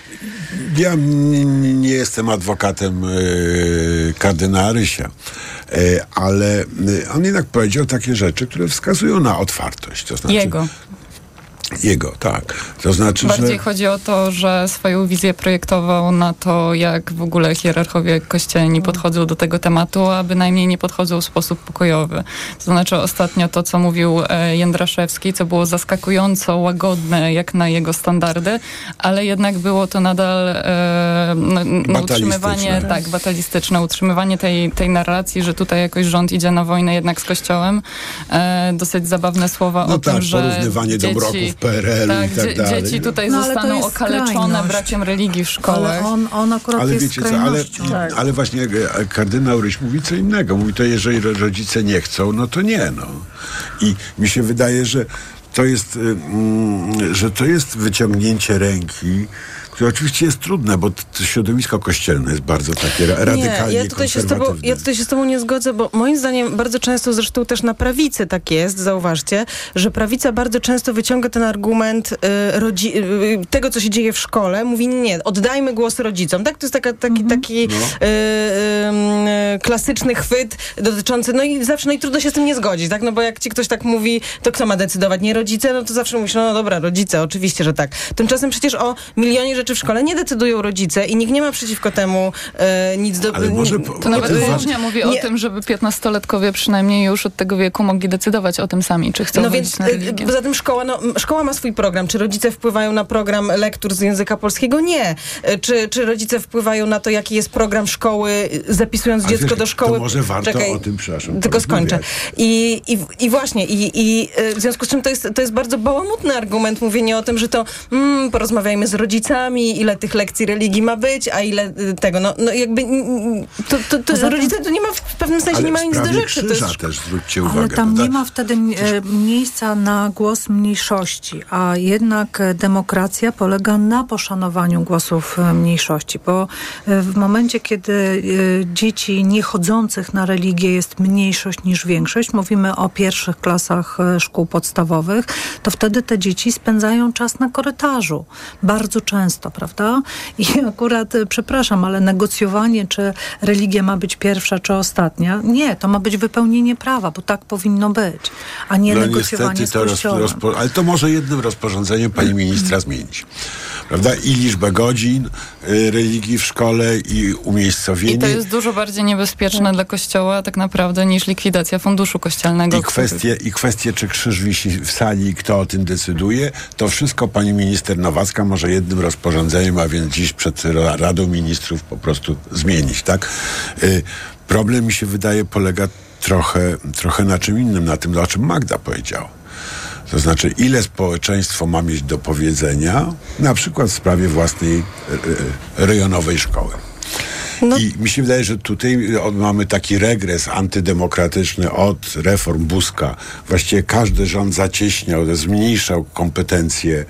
Ja n- nie jestem adwokatem y, kardynała Rysia, y, ale y, on jednak powiedział takie rzeczy, które wskazują na otwartość. To znaczy, Jego. Jego, tak. To znaczy, Bardziej że... chodzi o to, że swoją wizję projektował na to, jak w ogóle hierarchowie kościelni podchodzą do tego tematu, a bynajmniej nie podchodzą w sposób pokojowy. To znaczy ostatnio to, co mówił e, Jędraszewski, co było zaskakująco łagodne, jak na jego standardy, ale jednak było to nadal e, no, no, utrzymywanie, tak, batalistyczne, utrzymywanie tej, tej narracji, że tutaj jakoś rząd idzie na wojnę jednak z Kościołem. E, dosyć zabawne słowa no o tak, tym, że porównywanie dzieci, do mroków P R L-u tak, i tak dzie- dalej. Dzieci tutaj no, zostaną okaleczone skrajność. brakiem religii w szkołach. Ale on, on akurat ale jest wiecie co, ale, tak. ale właśnie kardynał Ryś mówi co innego. Mówi to, jeżeli rodzice nie chcą, no to nie, no. I mi się wydaje, że to jest, y, że to jest wyciągnięcie ręki, które oczywiście jest trudne, bo to środowisko kościelne jest bardzo takie ra- radykalnie nie, ja tutaj się z tobą, ja tutaj się z tobą nie zgodzę, bo moim zdaniem bardzo często, zresztą też na prawicy tak jest, zauważcie, że prawica bardzo często wyciąga ten argument y, rodzi- y, tego, co się dzieje w szkole, mówi nie, oddajmy głos rodzicom. Tak? To jest taka, taki, mm-hmm. taki no. y, y, y, klasyczny chwyt dotyczący, no i zawsze, no i trudno się z tym nie zgodzić, tak? No bo jak ci ktoś tak mówi, to kto ma decydować? Nie rodzice? No to zawsze mówisz, no dobra, rodzice, oczywiście, że tak. Tymczasem przecież o milionie rzeczy w szkole nie decydują rodzice i nikt nie ma przeciwko temu e, nic do... Ale może po, to nawet położnia mówi nie. o tym, żeby piętnastolatkowie przynajmniej już od tego wieku mogli decydować o tym sami, czy chcą no chodzić na religię. Poza tym szkoła, no, szkoła ma swój program. Czy rodzice wpływają na program lektur z języka polskiego? Nie. Czy, czy rodzice wpływają na to, jaki jest program szkoły, zapisując dziecko wiesz, do szkoły? To może warto Czekaj, o tym, przepraszam. Tylko skończę. I, i, i właśnie, i, i w związku z czym to jest, to jest bardzo bałamutny argument, mówienie o tym, że to mm, porozmawiajmy z rodzicami, ile tych lekcji religii ma być, a ile tego, no, no jakby to, to, to Zatem, rodzice to nie ma w pewnym sensie ale nie mają nic do rzeczy. To jest... też zwróćcie uwagę. Ale tam prawda? nie ma wtedy e, miejsca na głos mniejszości, a jednak demokracja polega na poszanowaniu głosów mniejszości, bo w momencie, kiedy e, dzieci niechodzących na religię jest mniejszość niż większość, mówimy o pierwszych klasach szkół podstawowych, to wtedy te dzieci spędzają czas na korytarzu. Bardzo często, prawda? I akurat, przepraszam, ale negocjowanie, czy religia ma być pierwsza, czy ostatnia, nie, to ma być wypełnienie prawa, bo tak powinno być, a nie no negocjowanie z Kościołem. Roz, rozpo, ale to może jednym rozporządzeniem pani ministra zmienić. Prawda? I liczbę godzin y, religii w szkole, i umiejscowienie. I to jest dużo bardziej niebezpieczne tak. dla Kościoła tak naprawdę niż likwidacja funduszu kościelnego. I kwestie, I kwestie, czy krzyż wisi w sali i kto o tym decyduje, to wszystko pani minister Nowacka może jednym rozporządzeniem, a więc dziś przed Radą Ministrów po prostu zmienić, tak? Y, problem, mi się wydaje, polega trochę, trochę na czym innym, na tym, o czym Magda powiedziała. To znaczy, ile społeczeństwo ma mieć do powiedzenia, na przykład w sprawie własnej y, y, rejonowej szkoły. No. I mi się wydaje, że tutaj mamy taki regres antydemokratyczny od reform Buzka. Właściwie każdy rząd zacieśniał, zmniejszał kompetencje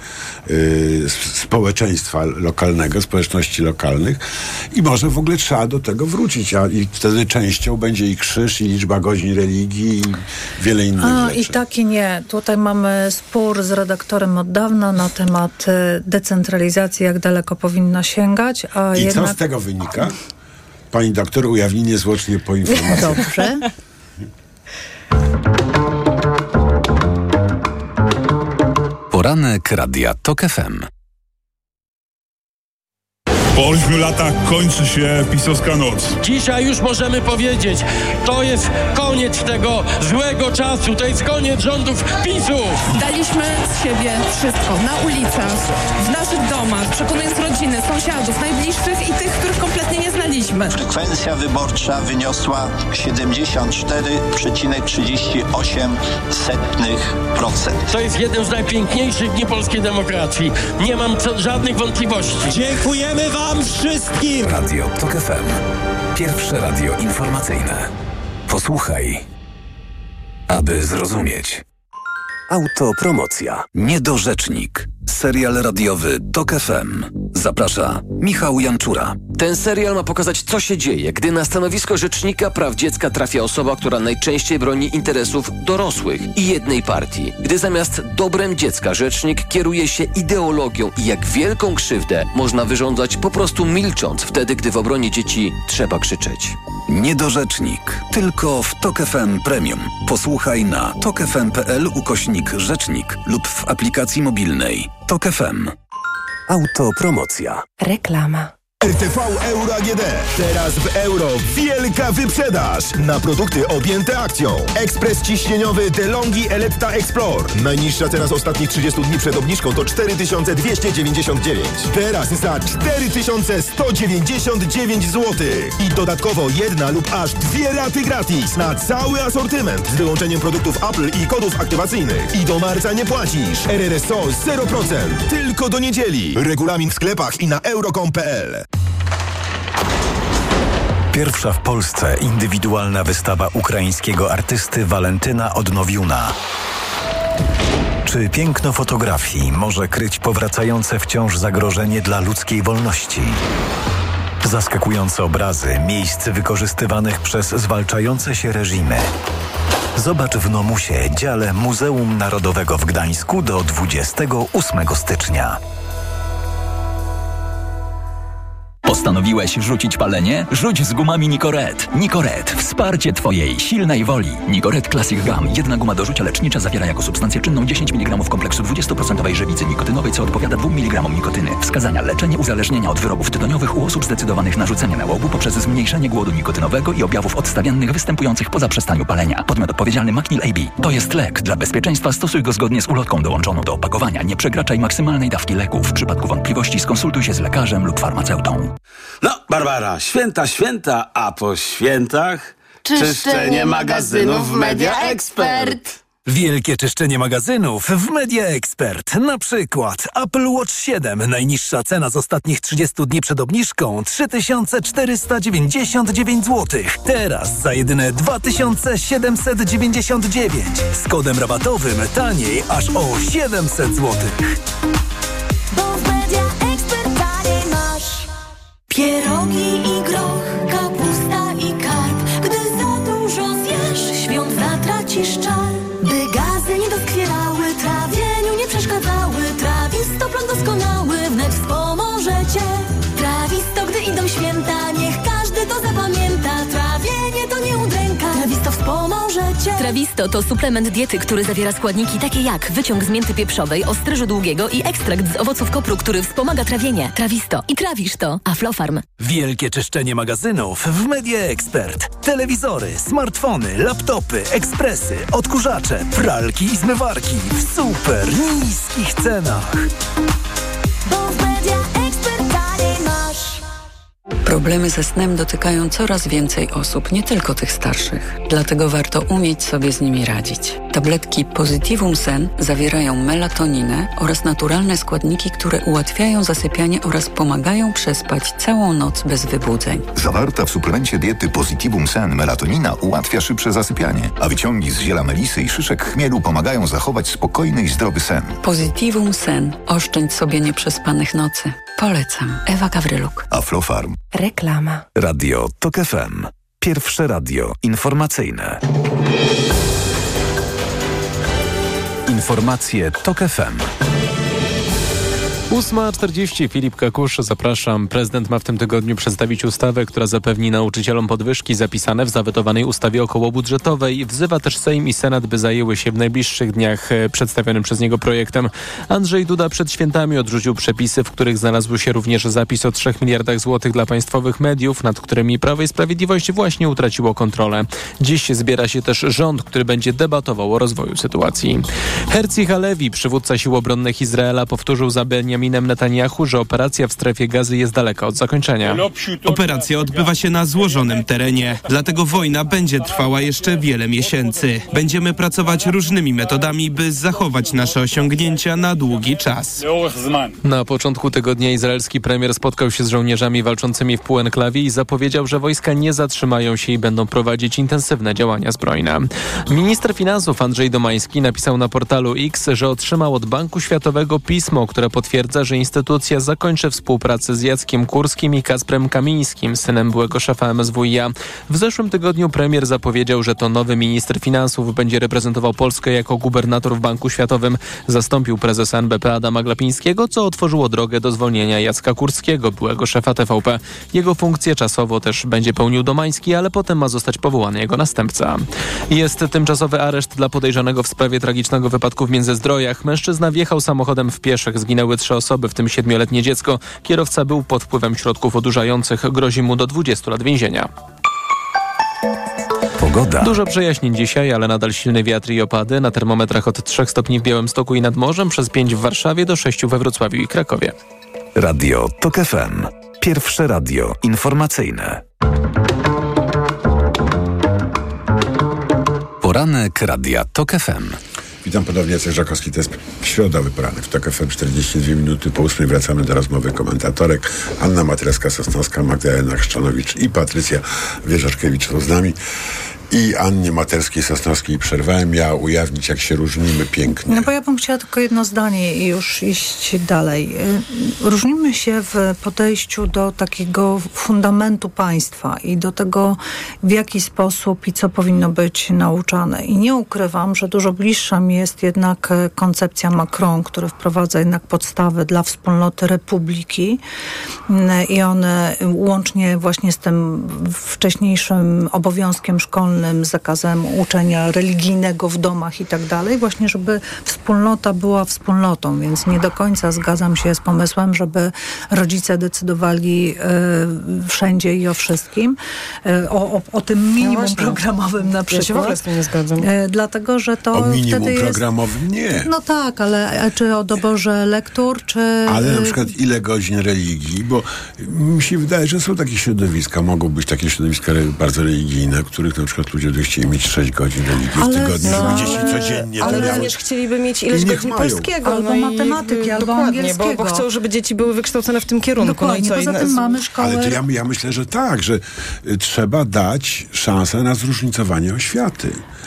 y, społeczeństwa lokalnego, społeczności lokalnych i może w ogóle trzeba do tego wrócić, a i wtedy częścią będzie i krzyż, i liczba godzin religii, i wiele innych a, rzeczy. I tak i nie. Tutaj mamy spór z redaktorem od dawna na temat decentralizacji, jak daleko powinna sięgać. A I jednak... co z tego wynika? Pani doktor, ujawni niezwłocznie po informacji. Dobrze. Poranek Radia Tok F M. Po ośmiu latach kończy się pisowska noc. Dzisiaj już możemy powiedzieć, to jest koniec tego złego czasu, to jest koniec rządów PiSu. Daliśmy z siebie wszystko, na ulicach, w naszych domach, przekonując rodziny, sąsiadów, najbliższych i tych, których kompletnie nie znaliśmy. Frekwencja wyborcza wyniosła siedemdziesiąt cztery przecinek trzydzieści osiem procent. To jest jeden z najpiękniejszych dni polskiej demokracji. Nie mam co, żadnych wątpliwości. Dziękujemy wam wszystkim! Radio Tok F M. Pierwsze radio informacyjne. Posłuchaj, aby zrozumieć. Autopromocja. Niedorzecznik. Serial radiowy Tok F M. Zaprasza Michał Janczura. Ten serial ma pokazać, co się dzieje, gdy na stanowisko rzecznika praw dziecka trafia osoba, która najczęściej broni interesów dorosłych i jednej partii. Gdy zamiast dobrem dziecka rzecznik kieruje się ideologią i jak wielką krzywdę można wyrządzać po prostu milcząc wtedy, gdy w obronie dzieci trzeba krzyczeć. Niedorzecznik. Tylko w Tok F M Premium. Posłuchaj na tokfm.pl ukośnik rzecznik lub w aplikacji mobilnej Tok F M. Autopromocja. Reklama. R T V Euro A G D. Teraz w euro wielka wyprzedaż na produkty objęte akcją. Ekspres ciśnieniowy DeLonghi Eletta Explore. Najniższa teraz ostatnich trzydziestu dni przed obniżką to cztery tysiące dwieście dziewięćdziesiąt dziewięć. Teraz za cztery tysiące sto dziewięćdziesiąt dziewięć złotych. I dodatkowo jedna lub aż dwie raty gratis na cały asortyment z wyłączeniem produktów Apple i kodów aktywacyjnych. I do marca nie płacisz. R R S O zero procent. Tylko do niedzieli. Regulamin w sklepach i na euro kropka com kropka p l. Pierwsza w Polsce indywidualna wystawa ukraińskiego artysty Walentyna Odnowiuna. Czy piękno fotografii może kryć powracające wciąż zagrożenie dla ludzkiej wolności? Zaskakujące obrazy miejsc wykorzystywanych przez zwalczające się reżimy. Zobacz w Nomusie, dziale Muzeum Narodowego w Gdańsku do dwudziestego ósmego stycznia. Postanowiłeś rzucić palenie? Rzuć z gumami Nicoret. Nicoret. Wsparcie Twojej silnej woli. Nicoret Classic Gum. Jedna guma do rzucia lecznicza zawiera jako substancję czynną dziesięć miligramów kompleksu dwadzieścia procent żywicy nikotynowej, co odpowiada dwóm miligramom nikotyny. Wskazania: leczenie uzależnienia od wyrobów tytoniowych u osób zdecydowanych na rzucenie nałogu poprzez zmniejszenie głodu nikotynowego i objawów odstawiennych występujących po zaprzestaniu palenia. Podmiot odpowiedzialny Macnil A B. To jest lek. Dla bezpieczeństwa stosuj go zgodnie z ulotką dołączoną do opakowania. Nie przekraczaj maksymalnej dawki leku. W przypadku wątpliwości skonsultuj się z lekarzem lub farmaceutą. No, Barbara, święta, święta, a po świętach czyszczenie, czyszczenie magazynów Media Expert. Wielkie czyszczenie magazynów w Media Expert. Na przykład Apple Watch siedem. Najniższa cena z ostatnich trzydziestu dni przed obniżką trzy tysiące czterysta dziewięćdziesiąt dziewięć złotych. Teraz za jedyne dwa tysiące siedemset dziewięćdziesiąt dziewięć. Z kodem rabatowym taniej aż o siedemset złotych. Pierogi i groch, kapusta i karp. Gdy za dużo zjesz, świąt zatracisz czar. By gazy nie doskwierały, trawieniu nie przeszkadzały. Trawisto plan doskonały wnet wspomoże cię. Trawisto, gdy idą święta, niech każdy to zapamięta. Trawienie to nie udręka, Trawisto wspomoże cię. Trawisto to suplement diety, który zawiera składniki takie jak wyciąg z mięty pieprzowej, ostryżu długiego i ekstrakt z owoców kopru, który wspomaga trawienie. Trawisto. I trawisz to. Aflofarm. Wielkie czyszczenie magazynów w Media Expert. Telewizory, smartfony, laptopy, ekspresy, odkurzacze, pralki i zmywarki w super niskich cenach. Bo w Media Expert taniej masz. Problemy ze snem dotykają coraz więcej osób, nie tylko tych starszych. Dlatego warto umieć sobie z nimi radzić. Tabletki Positivum Sen zawierają melatoninę oraz naturalne składniki, które ułatwiają zasypianie oraz pomagają przespać całą noc bez wybudzeń. Zawarta w suplemencie diety Positivum Sen melatonina ułatwia szybsze zasypianie, a wyciągi z ziela melisy i szyszek chmielu pomagają zachować spokojny i zdrowy sen. Positivum Sen. Oszczędź sobie nieprzespanych nocy. Polecam. Ewa Gawryluk. Aflofarm. Reklama. Radio TOK F M. Pierwsze radio informacyjne. Informacje TOK F M. ósma czterdzieści. Filip Kakusz, zapraszam. Prezydent ma w tym tygodniu przedstawić ustawę, która zapewni nauczycielom podwyżki zapisane w zawetowanej ustawie okołobudżetowej. Wzywa też Sejm i Senat, by zajęły się w najbliższych dniach przedstawionym przez niego projektem. Andrzej Duda przed świętami odrzucił przepisy, w których znalazł się również zapis o trzech miliardach złotych dla państwowych mediów, nad którymi Prawo i Sprawiedliwość właśnie utraciło kontrolę. Dziś zbiera się też rząd, który będzie debatował o rozwoju sytuacji. Herzi Halevi, przywódca sił obronnych Izraela, powtórzył za Benjaminem Netanyahu, że operacja w strefie Gazy jest daleka od zakończenia. Operacja odbywa się na złożonym terenie, dlatego wojna będzie trwała jeszcze wiele miesięcy. Będziemy pracować różnymi metodami, by zachować nasze osiągnięcia na długi czas. Na początku tygodnia izraelski premier spotkał się z żołnierzami walczącymi w półenklawie i zapowiedział, że wojska nie zatrzymają się i będą prowadzić intensywne działania zbrojne. Minister finansów Andrzej Domański napisał na portalu X, że otrzymał od Banku Światowego pismo, które potwierdza, że instytucja zakończy współpracę z Jackiem Kurskim i Kacprem Kamińskim, synem byłego szefa M S W i A. W zeszłym tygodniu premier zapowiedział, że to nowy minister finansów będzie reprezentował Polskę jako gubernator w Banku Światowym. Zastąpił prezesa N B P Adama Glapińskiego, co otworzyło drogę do zwolnienia Jacka Kurskiego, byłego szefa T V P. Jego funkcję czasowo też będzie pełnił Domański, ale potem ma zostać powołany jego następca. Jest tymczasowy areszt dla podejrzanego w sprawie tragicznego wypadku w Międzyzdrojach. Mężczyzna wjechał samochodem w pieszych, zginęły trzy osoby, w tym siedmioletnie dziecko. Kierowca był pod wpływem środków odurzających. Grozi mu do dwudziestu lat więzienia. Pogoda. Dużo przejaśnień dzisiaj, ale nadal silny wiatr i opady. Na termometrach od trzech stopni w Białymstoku i nad morzem, przez pięć w Warszawie do sześciu we Wrocławiu i Krakowie. Radio TOK F M. Pierwsze radio informacyjne. Poranek Radia TOK F M. Witam ponownie, Jacek Żakowski, to jest środowy poranek w TOK F M, czterdzieści dwie minuty po ósmej. Wracamy do rozmowy komentatorek. Anna Matreska-Sosnowska, Magdalena Chrzczanowicz i Patrycja Wierzaszkiewicz są z nami. I Annie Materskiej-Sosnowskiej przerwałem. Miała ujawnić, jak się różnimy pięknie. No bo ja bym chciała tylko jedno zdanie i już iść dalej. Różnimy się w podejściu do takiego fundamentu państwa i do tego, w jaki sposób i co powinno być nauczane. I nie ukrywam, że dużo bliższa mi jest jednak koncepcja Macron, który wprowadza jednak podstawy dla wspólnoty republiki i one łącznie właśnie z tym wcześniejszym obowiązkiem szkolnym, zakazem uczenia religijnego w domach i tak dalej, właśnie żeby wspólnota była wspólnotą, więc nie do końca zgadzam się z pomysłem, żeby rodzice decydowali y, wszędzie i o wszystkim, y, o, o, o tym minimum no programowym na przykład. Ja się w ogóle z tym nie zgadzam. Y, dlatego, że to o minimum wtedy jest... programowym nie. No tak, ale czy o doborze lektur, czy... Ale na przykład ile godzin religii, bo mi się wydaje, że są takie środowiska, mogą być takie środowiska bardzo religijne, w których na przykład ludzie by chcieli mieć sześć godzin religii ale, w tygodniu, no, żeby dzieci codziennie ale to miały. również chcieliby mieć ileś godzin mają. polskiego. Albo no matematyki, i, albo dokładnie, angielskiego. Bo, bo chcą, żeby dzieci były wykształcone w tym kierunku. Dokładnie, no i co? poza I tym na... mamy szkołę... Ale to ja, ja myślę, że tak, że y, trzeba dać szansę na zróżnicowanie oświaty.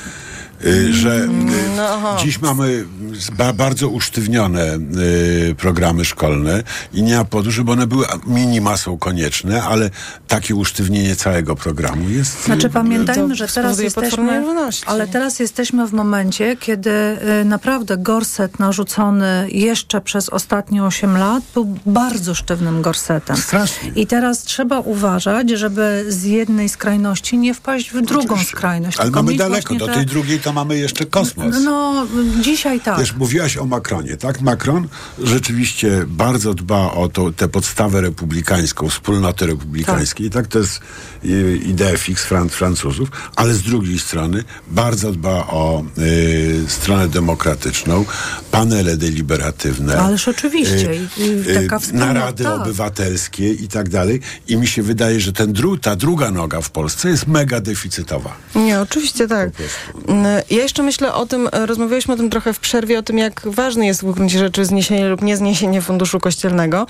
Y, że y, no, dziś mamy ba, bardzo usztywnione y, programy szkolne i nie ma powodu, żeby one były, minima są konieczne, ale takie usztywnienie całego programu jest... Znaczy y, pamiętajmy, że teraz jesteśmy, ale teraz jesteśmy w momencie, kiedy y, naprawdę gorset narzucony jeszcze przez ostatnie osiem lat był bardzo sztywnym gorsetem. Strasznie. I teraz trzeba uważać, żeby z jednej skrajności nie wpaść w drugą Oczywiście. skrajność. Ale mamy daleko, te... do tej drugiej to mamy jeszcze kosmos. No, dzisiaj tak. Wiesz, mówiłaś o Macronie, tak? Macron rzeczywiście bardzo dba o to, tę podstawę republikańską, wspólnotę republikańskiej, tak? tak? To jest y, idea fix Fran- Francuzów, ale z drugiej strony bardzo dba o y, stronę demokratyczną, panele deliberatywne. Ależ oczywiście. Y, I, i taka wspólnota, narady tak. obywatelskie i tak dalej. I mi się wydaje, że ten dru- ta druga noga w Polsce jest mega deficytowa. Nie, oczywiście tak. Ja jeszcze myślę o tym, rozmawialiśmy o tym trochę w przerwie, o tym, jak ważne jest w gruncie rzeczy zniesienie lub niezniesienie funduszu kościelnego.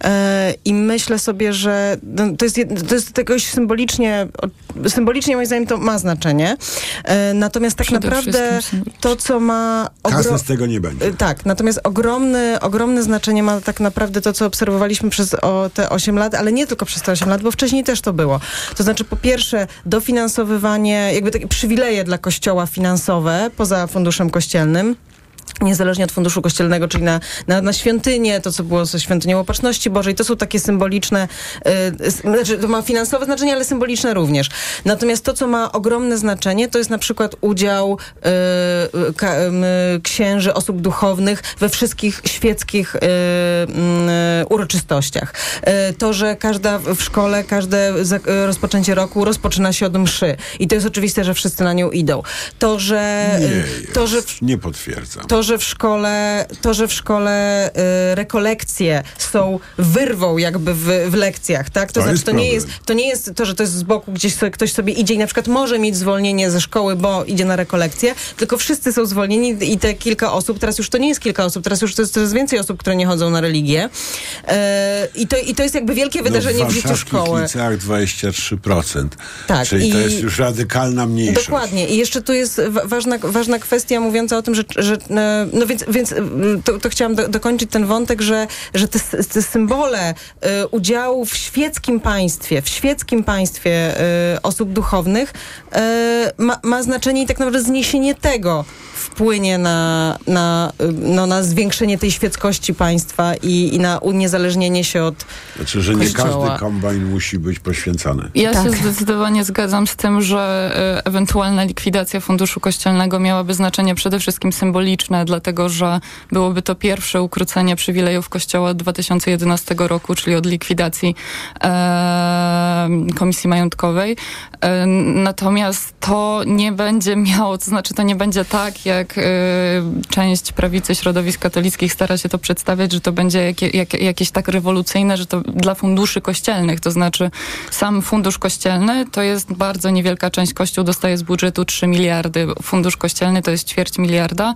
I myślę sobie, że to jest, to jest jakoś symbolicznie, symbolicznie moim zdaniem to ma znaczenie. Natomiast tak Przede naprawdę to, co ma... Ogro... Kasy z tego nie będzie. Tak, natomiast ogromny, ogromne znaczenie ma tak naprawdę to, co obserwowaliśmy przez o, te osiem lat, ale nie tylko przez te osiem lat, bo wcześniej też to było. To znaczy, po pierwsze, dofinansowywanie, jakby takie przywileje dla Kościoła finansowe, poza funduszem kościelnym. Niezależnie od funduszu kościelnego, czyli na, na, na świątynię, to co było ze świątynią Opatrzności Bożej, to są takie symboliczne, y, znaczy to ma finansowe znaczenie, ale symboliczne również. Natomiast to, co ma ogromne znaczenie, to jest na przykład udział y, ka, y, księży, osób duchownych we wszystkich świeckich y, y, uroczystościach. Y, to, że każda w szkole, każde za, y, rozpoczęcie roku rozpoczyna się od mszy. I to jest oczywiste, że wszyscy na nią idą. To, że... Nie, to, że nie potwierdzam. To, że w szkole, to, że w szkole y, rekolekcje są wyrwą jakby w, w lekcjach, tak? To, to znaczy, jest to nie jest, to nie jest to, że to jest z boku, gdzieś sobie, ktoś sobie idzie i na przykład może mieć zwolnienie ze szkoły, bo idzie na rekolekcję, tylko wszyscy są zwolnieni i te kilka osób, teraz już to nie jest kilka osób, teraz już to jest coraz więcej osób, które nie chodzą na religię. Y, i, to, I to jest jakby wielkie wydarzenie no, w, w życiu szkoły. W liceach dwadzieścia trzy procent. Tak, czyli i to jest już radykalna mniejszość. Dokładnie. I jeszcze tu jest ważna, ważna kwestia mówiąca o tym, że, że no więc, więc to, to chciałam do, dokończyć ten wątek, że, że te, te symbole y, udziału w świeckim państwie, w świeckim państwie y, osób duchownych y, ma, ma znaczenie i tak naprawdę zniesienie tego wpłynie na, na, no, na zwiększenie tej świeckości państwa i, i na uniezależnienie się od Znaczy, że nie Kościoła. każdy kombajn musi być poświęcany. Ja Tak. się zdecydowanie zgadzam z tym, że e, ewentualna likwidacja funduszu kościelnego miałaby znaczenie przede wszystkim symboliczne, dlatego że byłoby to pierwsze ukrócenie przywilejów Kościoła od dwa tysiące jedenastego roku, czyli od likwidacji e, Komisji Majątkowej. E, natomiast to nie będzie miało, to znaczy to nie będzie tak, tak jak y, część prawicy środowisk katolickich stara się to przedstawiać, że to będzie jakie, jak, jakieś tak rewolucyjne, że to dla funduszy kościelnych, to znaczy sam fundusz kościelny to jest bardzo niewielka część. Kościół dostaje z budżetu trzy miliardy, fundusz kościelny to jest ćwierć miliarda,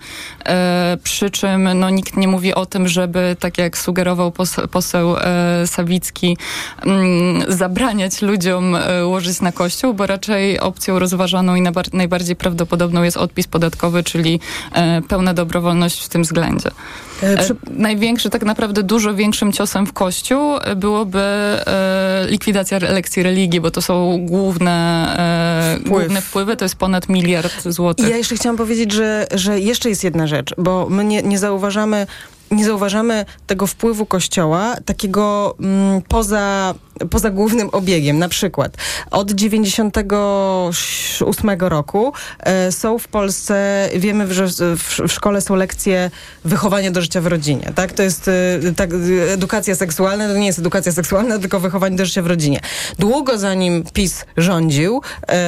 e, przy czym no, nikt nie mówi o tym, żeby tak jak sugerował poseł, poseł e, Sawicki, m, zabraniać ludziom e, łożyć na kościół, bo raczej opcją rozważaną i nabar- najbardziej prawdopodobną jest odpis podatkowy, czyli e, pełna dobrowolność w tym względzie. E, przy... Największy, tak naprawdę dużo większym ciosem w Kościół byłoby e, likwidacja lekcji religii, bo to są główne, e, Wpływ. główne wpływy, to jest ponad miliard złotych. I ja jeszcze chciałam powiedzieć, że, że jeszcze jest jedna rzecz, bo my nie, nie zauważamy nie zauważamy tego wpływu Kościoła takiego mm, poza, poza głównym obiegiem. Na przykład od dziewięćdziesiątego ósmego roku e, są w Polsce, wiemy, że w, w szkole są lekcje wychowania do życia w rodzinie. Tak? To jest e, tak, edukacja seksualna, to nie jest edukacja seksualna, tylko wychowanie do życia w rodzinie. Długo zanim PiS rządził,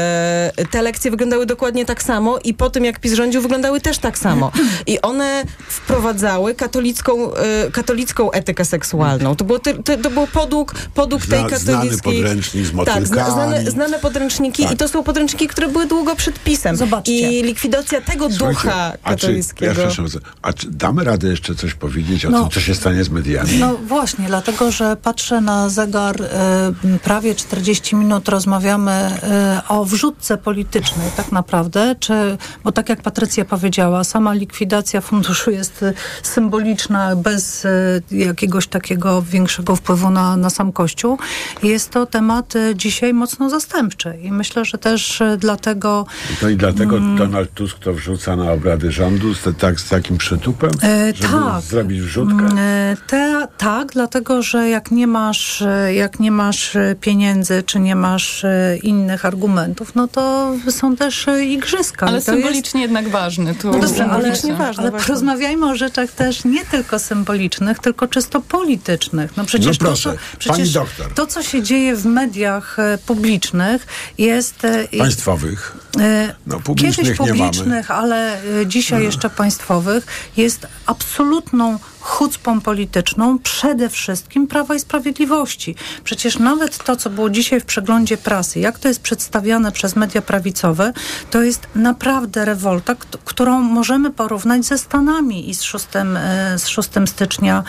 e, te lekcje wyglądały dokładnie tak samo i po tym, jak PiS rządził, wyglądały też tak samo. I one wprowadzały katolicką Katolicką, y, katolicką etykę seksualną. To było, to, to było podług, podług tej Zna, katolickiej... Znany podręcznik z motylkami. Tak, zna, znane, znane podręczniki tak. I to są podręczniki, które były długo przed PiS-em. Zobaczcie. I likwidacja tego Słuchajcie, ducha a katolickiego. Czy, ja proszę, a czy damy radę jeszcze coś powiedzieć o no, tym, co się stanie z mediami? No właśnie, dlatego, że patrzę na zegar, y, prawie czterdzieści minut rozmawiamy y, o wrzutce politycznej tak naprawdę, czy, bo tak jak Patrycja powiedziała, sama likwidacja funduszu jest y, symboliczna, bez y, jakiegoś takiego większego wpływu na, na sam Kościół. Jest to temat y, dzisiaj mocno zastępczy i myślę, że też y, dlatego... No i dlatego mm, Donald Tusk to wrzuca na obrady rządu z, tak, z takim przytupem, y, żeby tak, zrobić wrzutkę? Y, te, tak, dlatego, że jak nie masz, jak nie masz pieniędzy, czy nie masz y, innych argumentów, no to są też y, igrzyska. Ale to symbolicznie jest... jednak ważny. Tu No dobrze, ale, ważne, ale ważne. porozmawiajmy o rzeczach też nie tylko symbolicznych, tylko czysto politycznych. No przecież, no proszę, to, co, przecież to, co się dzieje w mediach e, publicznych jest... E, Państwowych. E, no publicznych kiedyś publicznych, nie ale e, dzisiaj no. jeszcze państwowych, jest absolutną chucpą polityczną przede wszystkim Prawa i Sprawiedliwości. Przecież nawet to, co było dzisiaj w przeglądzie prasy, jak to jest przedstawiane przez media prawicowe, to jest naprawdę rewolta, k- którą możemy porównać ze Stanami i z szóstym, z szóstym stycznia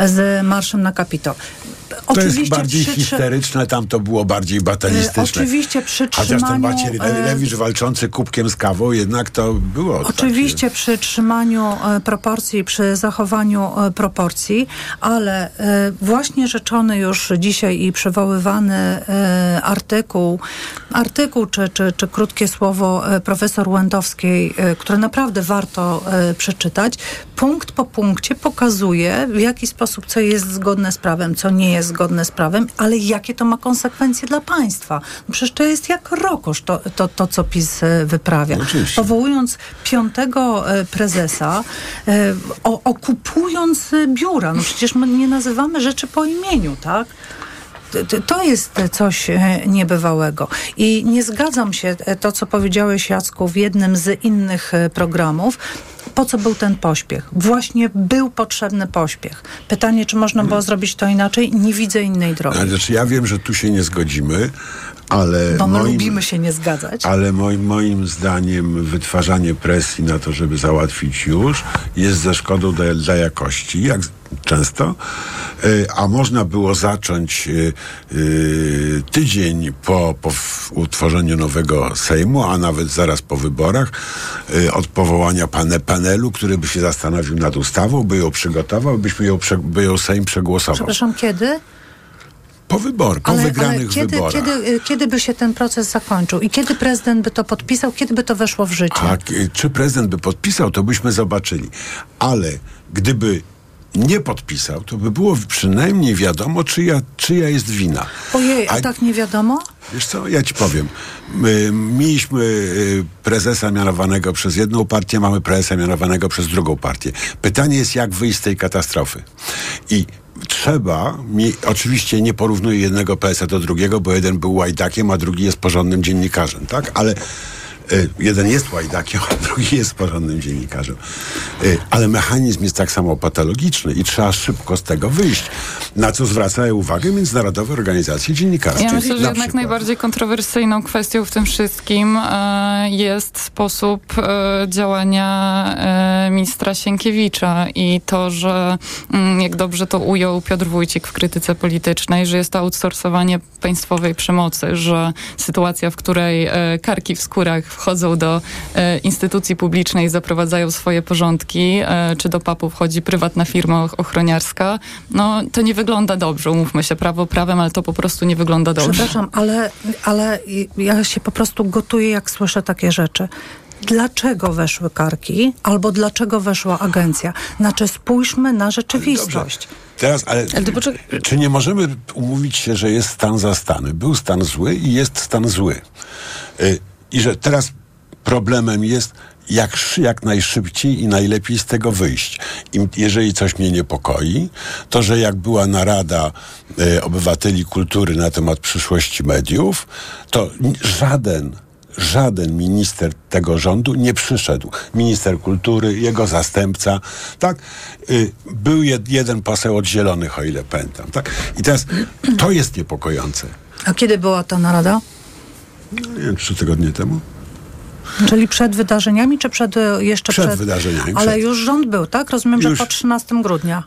z marszem na Kapitol. To Oczywiście jest bardziej przy, histeryczne, tam to było bardziej batalistyczne. Oczywiście przy Chociaż ten trzymaniu... Macierewicz walczący kubkiem z kawą, jednak to było... Oczywiście takie... przy trzymaniu e, proporcji, przy zachowaniu e, proporcji, ale e, właśnie rzeczony już dzisiaj i przywoływany e, artykuł, artykuł czy, czy, czy krótkie słowo e, profesor Łętowskiej, e, które naprawdę warto e, przeczytać, punkt po punkcie pokazuje, w jaki sposób co jest zgodne z prawem, co nie jest zgodne z prawem, ale jakie to ma konsekwencje dla państwa. No przecież to jest jak rokosz to, to, to co PiS wyprawia. No powołując piątego prezesa, e, o, okupując biura. No przecież my nie nazywamy rzeczy po imieniu, tak? To jest coś niebywałego. I nie zgadzam się to, co powiedziałeś, Jacku, w jednym z innych programów. Po co był ten pośpiech? Właśnie był potrzebny pośpiech. Pytanie, czy można było zrobić to inaczej? Nie widzę innej drogi. Znaczy, ja wiem, że tu się nie zgodzimy, ale... Bo my moim, lubimy się nie zgadzać. Ale moim, moim zdaniem wytwarzanie presji na to, żeby załatwić już, jest ze szkodą dla, dla jakości, jak często, a można było zacząć tydzień po, po utworzeniu nowego Sejmu, a nawet zaraz po wyborach, od powołania pane, panelu, który by się zastanowił nad ustawą, by ją przygotował, byśmy ją, by ją Sejm przegłosował. Przepraszam, kiedy? Po wyborach, po ale, wygranych ale kiedy, wyborach. Kiedy, kiedy by się ten proces zakończył? I kiedy prezydent by to podpisał? Kiedy by to weszło w życie? A czy prezydent by podpisał, to byśmy zobaczyli. Ale gdyby nie podpisał, to by było przynajmniej wiadomo, czyja, czyja jest wina. Ojej, a, a tak nie wiadomo? Wiesz co, ja ci powiem. My, mieliśmy prezesa mianowanego przez jedną partię, mamy prezesa mianowanego przez drugą partię. Pytanie jest, jak wyjść z tej katastrofy. I trzeba, mi, oczywiście nie porównuję jednego P S a do drugiego, bo jeden był łajdakiem, a drugi jest porządnym dziennikarzem, tak? Ale Y, jeden jest łajdakiem, a drugi jest porządnym dziennikarzem. Y, ale mechanizm jest tak samo patologiczny i trzeba szybko z tego wyjść. Na co zwracają uwagę międzynarodowe organizacje dziennikarskie. Ja myślę, że Na jednak przykład. najbardziej kontrowersyjną kwestią w tym wszystkim e, jest sposób e, działania e, ministra Sienkiewicza i to, że m, jak dobrze to ujął Piotr Wójcik w krytyce politycznej, że jest to outsourcowanie państwowej przemocy, że sytuacja, w której e, karki w skórach wchodzą do e, instytucji publicznej i zaprowadzają swoje porządki, e, czy do papu wchodzi prywatna firma ochroniarska, no to nie wygląda dobrze, umówmy się, prawo prawem, ale to po prostu nie wygląda dobrze. Przepraszam, ale, ale ja się po prostu gotuję, jak słyszę takie rzeczy. Dlaczego weszły karki? Albo dlaczego weszła agencja? Znaczy spójrzmy na rzeczywistość. Dobrze. Teraz, ale, ale poczek- czy nie możemy umówić się, że jest stan zastany? Był stan zły i jest stan zły. Yy, I że teraz problemem jest, jak, jak najszybciej i najlepiej z tego wyjść. I jeżeli coś mnie niepokoi, to że jak była narada y, obywateli kultury na temat przyszłości mediów, to żaden Żaden minister tego rządu nie przyszedł. Minister kultury, jego zastępca, tak? Y, był jed, jeden poseł od Zielonych, o ile pamiętam, tak? I teraz to jest niepokojące. A kiedy była ta narada? No, nie wiem, trzy tygodnie temu. Czyli przed wydarzeniami, czy przed jeszcze przed... Przed wydarzeniami. Ale przed. już rząd był, tak? Rozumiem, Już. że po trzynastego grudnia.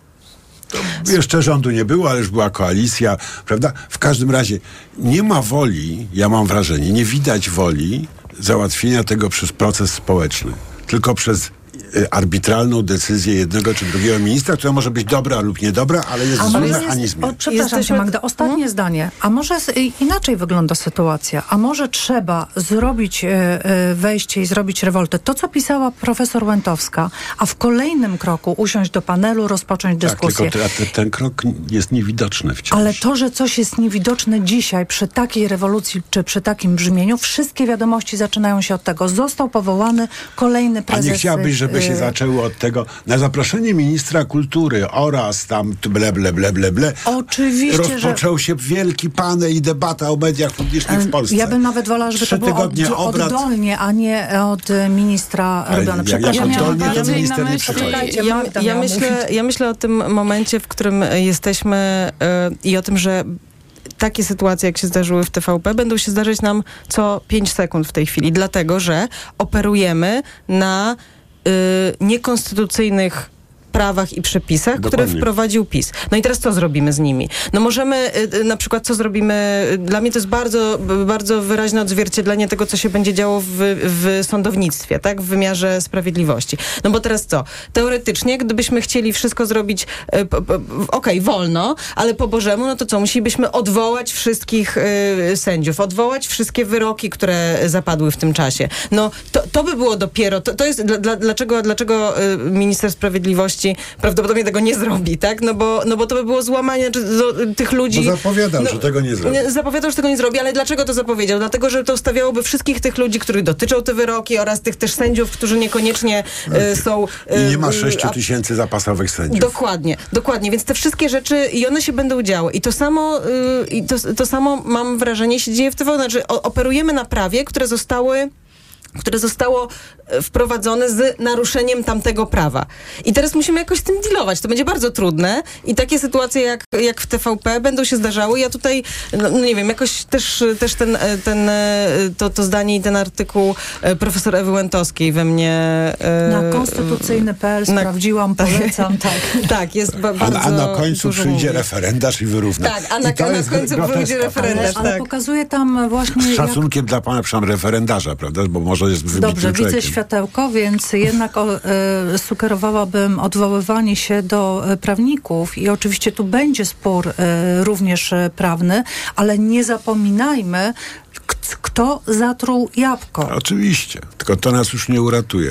To jeszcze rządu nie było, ale już była koalicja, prawda? W każdym razie nie ma woli, ja mam wrażenie, nie widać woli załatwienia tego przez proces społeczny, tylko przez y, arbitralną decyzję jednego czy drugiego ministra, która może być dobra lub niedobra, ale jest w złym mechanizmie. O, przepraszam cię, Magda, ostatnie hmm? zdanie. A może z, inaczej wygląda sytuacja? A może trzeba zrobić y, y, wejście i zrobić rewoltę? To, co pisała profesor Łętowska, a w kolejnym kroku usiąść do panelu, rozpocząć dyskusję. Tak, tylko te, ten krok jest niewidoczny wciąż. Ale to, że coś jest niewidoczne dzisiaj przy takiej rewolucji, czy przy takim brzmieniu, wszystkie wiadomości zaczynają się od tego. Został powołany kolejny prezes. A nie chciałabyś, żeby się zaczęło od tego, na zaproszenie ministra kultury oraz tam ble, ble, ble, ble, ble. Oczywiście, rozpoczął że... się wielki panel i debata o mediach publicznych w Polsce. Ja bym nawet wolała, żeby Trzy to było od, obrad... oddolnie, a nie od ministra robione. Przepraszam. Jak oddolnie, to minister nie przychodzi. Ja, ja, myślę, ja myślę o tym momencie, w którym jesteśmy yy, i o tym, że takie sytuacje, jak się zdarzyły w T V P, będą się zdarzać nam co pięć sekund w tej chwili, dlatego że operujemy na y, niekonstytucyjnych prawach i przepisach, Dokładnie. które wprowadził PiS. No i teraz co zrobimy z nimi? No możemy, y, na przykład co zrobimy, dla mnie to jest bardzo, bardzo wyraźne odzwierciedlenie tego, co się będzie działo w, w sądownictwie, tak? W wymiarze sprawiedliwości. No bo teraz co? Teoretycznie, gdybyśmy chcieli wszystko zrobić, y, p, p, okej, okay, wolno, ale po Bożemu, no to co? Musielibyśmy odwołać wszystkich y, sędziów, odwołać wszystkie wyroki, które zapadły w tym czasie. No to, to by było dopiero, to, to jest, dla, dla, dlaczego, dlaczego y, minister sprawiedliwości prawdopodobnie tego nie zrobi, tak? No bo, no bo to by było złamanie do, tych ludzi. Bo zapowiadał, no, że tego nie zrobi. Zapowiadał, że tego nie zrobi, ale dlaczego to zapowiedział? Dlatego, że to stawiałoby wszystkich tych ludzi, których dotyczą te wyroki oraz tych też sędziów, którzy niekoniecznie y, są... Y, I nie ma sześciu tysięcy zapasowych sędziów. Dokładnie, dokładnie. Więc te wszystkie rzeczy i one się będą działy. I to samo, y, i to, to samo mam wrażenie się dzieje w T V P. Znaczy o, operujemy na prawie, które zostały które zostało wprowadzone z naruszeniem tamtego prawa. I teraz musimy jakoś z tym dealować. To będzie bardzo trudne i takie sytuacje jak, jak w T V P będą się zdarzały. Ja tutaj, no, no nie wiem, jakoś też, też ten, ten, to, to zdanie i ten artykuł profesor Ewy Łętowskiej we mnie... Na konstytucyjny kropka p l sprawdziłam, polecam. Tak, tak jest ba- bardzo... A, a na końcu przyjdzie mówi. referendarz i wyrówna. Tak, a na, a na końcu przyjdzie referendarz. Ale, ale tak. pokazuje tam właśnie... Z szacunkiem jak... dla pana, przepraszam, referendarza, prawda? Bo może jest wybitnym Dobrze, człowiekiem. widzę światełko, więc jednak o, y, sugerowałabym odwoływanie się do y, prawników i oczywiście tu będzie spór y, również y, prawny, ale nie zapominajmy, k- kto zatruł jabłko. Oczywiście, tylko to nas już nie uratuje.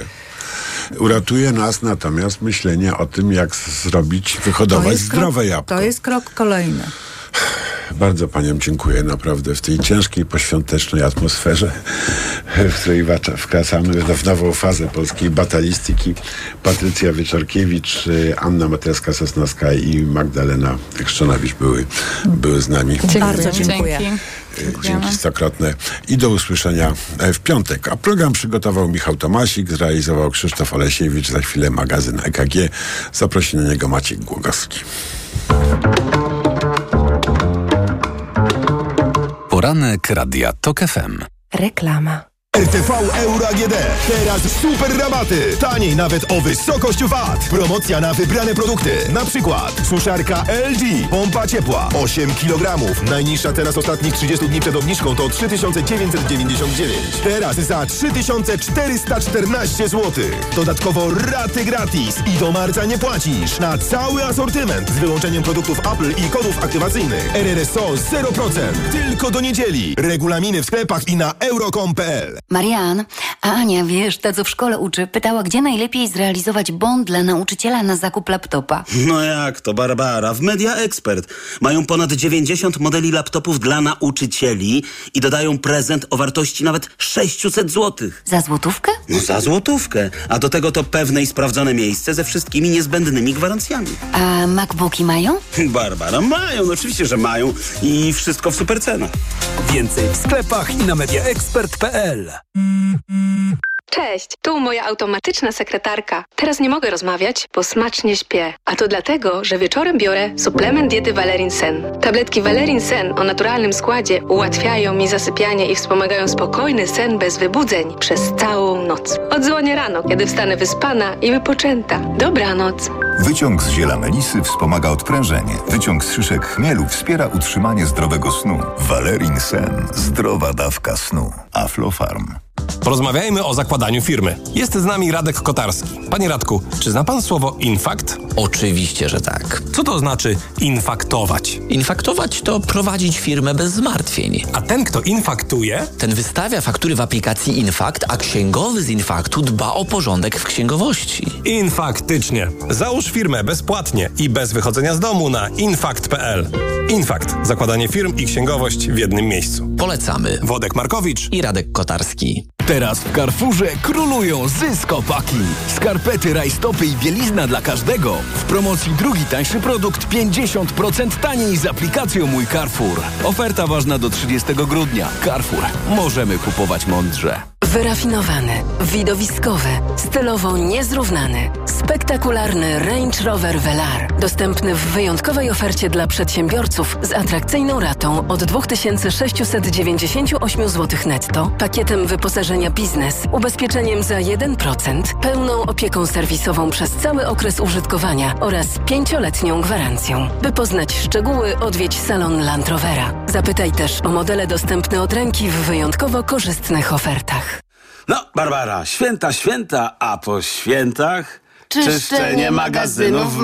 Uratuje nas natomiast myślenie o tym, jak zrobić, wyhodować zdrowe krok, jabłko. To jest krok kolejny. Bardzo paniom dziękuję naprawdę w tej ciężkiej, poświątecznej atmosferze, w której wkracamy w nową fazę polskiej batalistyki. Patrycja Wieczorkiewicz, Anna Matejska-Sosnowska i Magdalena Chrzczonowicz były, były z nami. Bardzo dziękuję. Dzięki stokrotne i do usłyszenia w piątek. A program przygotował Michał Tomasik, zrealizował Krzysztof Olesiewicz. Za chwilę magazyn E K G. Zaprosi na niego Maciek Głogowski. Poranek Radia Tok F M. Reklama. R T V Euro A G D. Teraz super rabaty. Taniej nawet o wysokość V A T. Promocja na wybrane produkty. Na przykład suszarka L G. Pompa ciepła. osiem kilogramów. Najniższa teraz ostatnich trzydziestu dni przed obniżką to trzy tysiące dziewięćset dziewięćdziesiąt dziewięć. Teraz za trzy tysiące czterysta czternaście złotych. Dodatkowo raty gratis. I do marca nie płacisz. Na cały asortyment. Z wyłączeniem produktów Apple i kodów aktywacyjnych. R R S O zero procent. Tylko do niedzieli. Regulaminy w sklepach i na euro kropka com kropka p l. Marian, a Ania, wiesz, ta co w szkole uczy, pytała, gdzie najlepiej zrealizować bon dla nauczyciela na zakup laptopa. No jak to, Barbara? W Media Expert mają ponad dziewięćdziesiąt modeli laptopów dla nauczycieli i dodają prezent o wartości nawet sześćset złotych. Za złotówkę? No za złotówkę. A do tego to pewne i sprawdzone miejsce ze wszystkimi niezbędnymi gwarancjami. A MacBooki mają? Barbara, mają, no oczywiście, że mają i wszystko w super cenach. Więcej w sklepach i na media expert kropka p l. Cześć, tu moja automatyczna sekretarka. Teraz nie mogę rozmawiać, bo smacznie śpię. A to dlatego, że wieczorem biorę suplement diety Valerin Sen. Tabletki Valerin Sen o naturalnym składzie ułatwiają mi zasypianie i wspomagają spokojny sen bez wybudzeń przez całą noc. Odzwonię rano, kiedy wstanę wyspana i wypoczęta. Dobranoc. Wyciąg z ziela melisy wspomaga odprężenie. Wyciąg z szyszek chmielu wspiera utrzymanie zdrowego snu. Valerin Sen. Zdrowa dawka snu. Aflofarm. Porozmawiajmy o zakładaniu firmy. Jest z nami Radek Kotarski. Panie Radku, czy zna pan słowo infakt? Oczywiście, że tak. Co to znaczy infaktować? Infaktować to prowadzić firmę bez zmartwień. A ten, kto infaktuje? Ten wystawia faktury w aplikacji Infakt, a księgowy z Infaktu dba o porządek w księgowości. Infaktycznie. Załóż firmę bezpłatnie i bez wychodzenia z domu na infakt kropka p l. Infakt. Zakładanie firm i księgowość w jednym miejscu. Polecamy. Wodek Markowicz i Radek Kotarski. Teraz w Carrefourze królują zyskopaki. Skarpety, rajstopy i bielizna dla każdego. W promocji drugi tańszy produkt pięćdziesiąt procent taniej z aplikacją Mój Carrefour. Oferta ważna do trzydziestego grudnia. Carrefour. Możemy kupować mądrze. Wyrafinowany, widowiskowy, stylowo niezrównany, spektakularny Range Rover Velar. Dostępny w wyjątkowej ofercie dla przedsiębiorców z atrakcyjną ratą od dwa tysiące sześćset dziewięćdziesiąt osiem złotych netto, pakietem wyposażenia biznes, ubezpieczeniem za jeden procent, pełną opieką serwisową przez cały okres użytkowania oraz pięcioletnią gwarancją. By poznać szczegóły, odwiedź salon Land Rovera. Zapytaj też o modele dostępne od ręki w wyjątkowo korzystnych ofertach. No, Barbara, święta, święta, a po świętach czyszczenie magazynów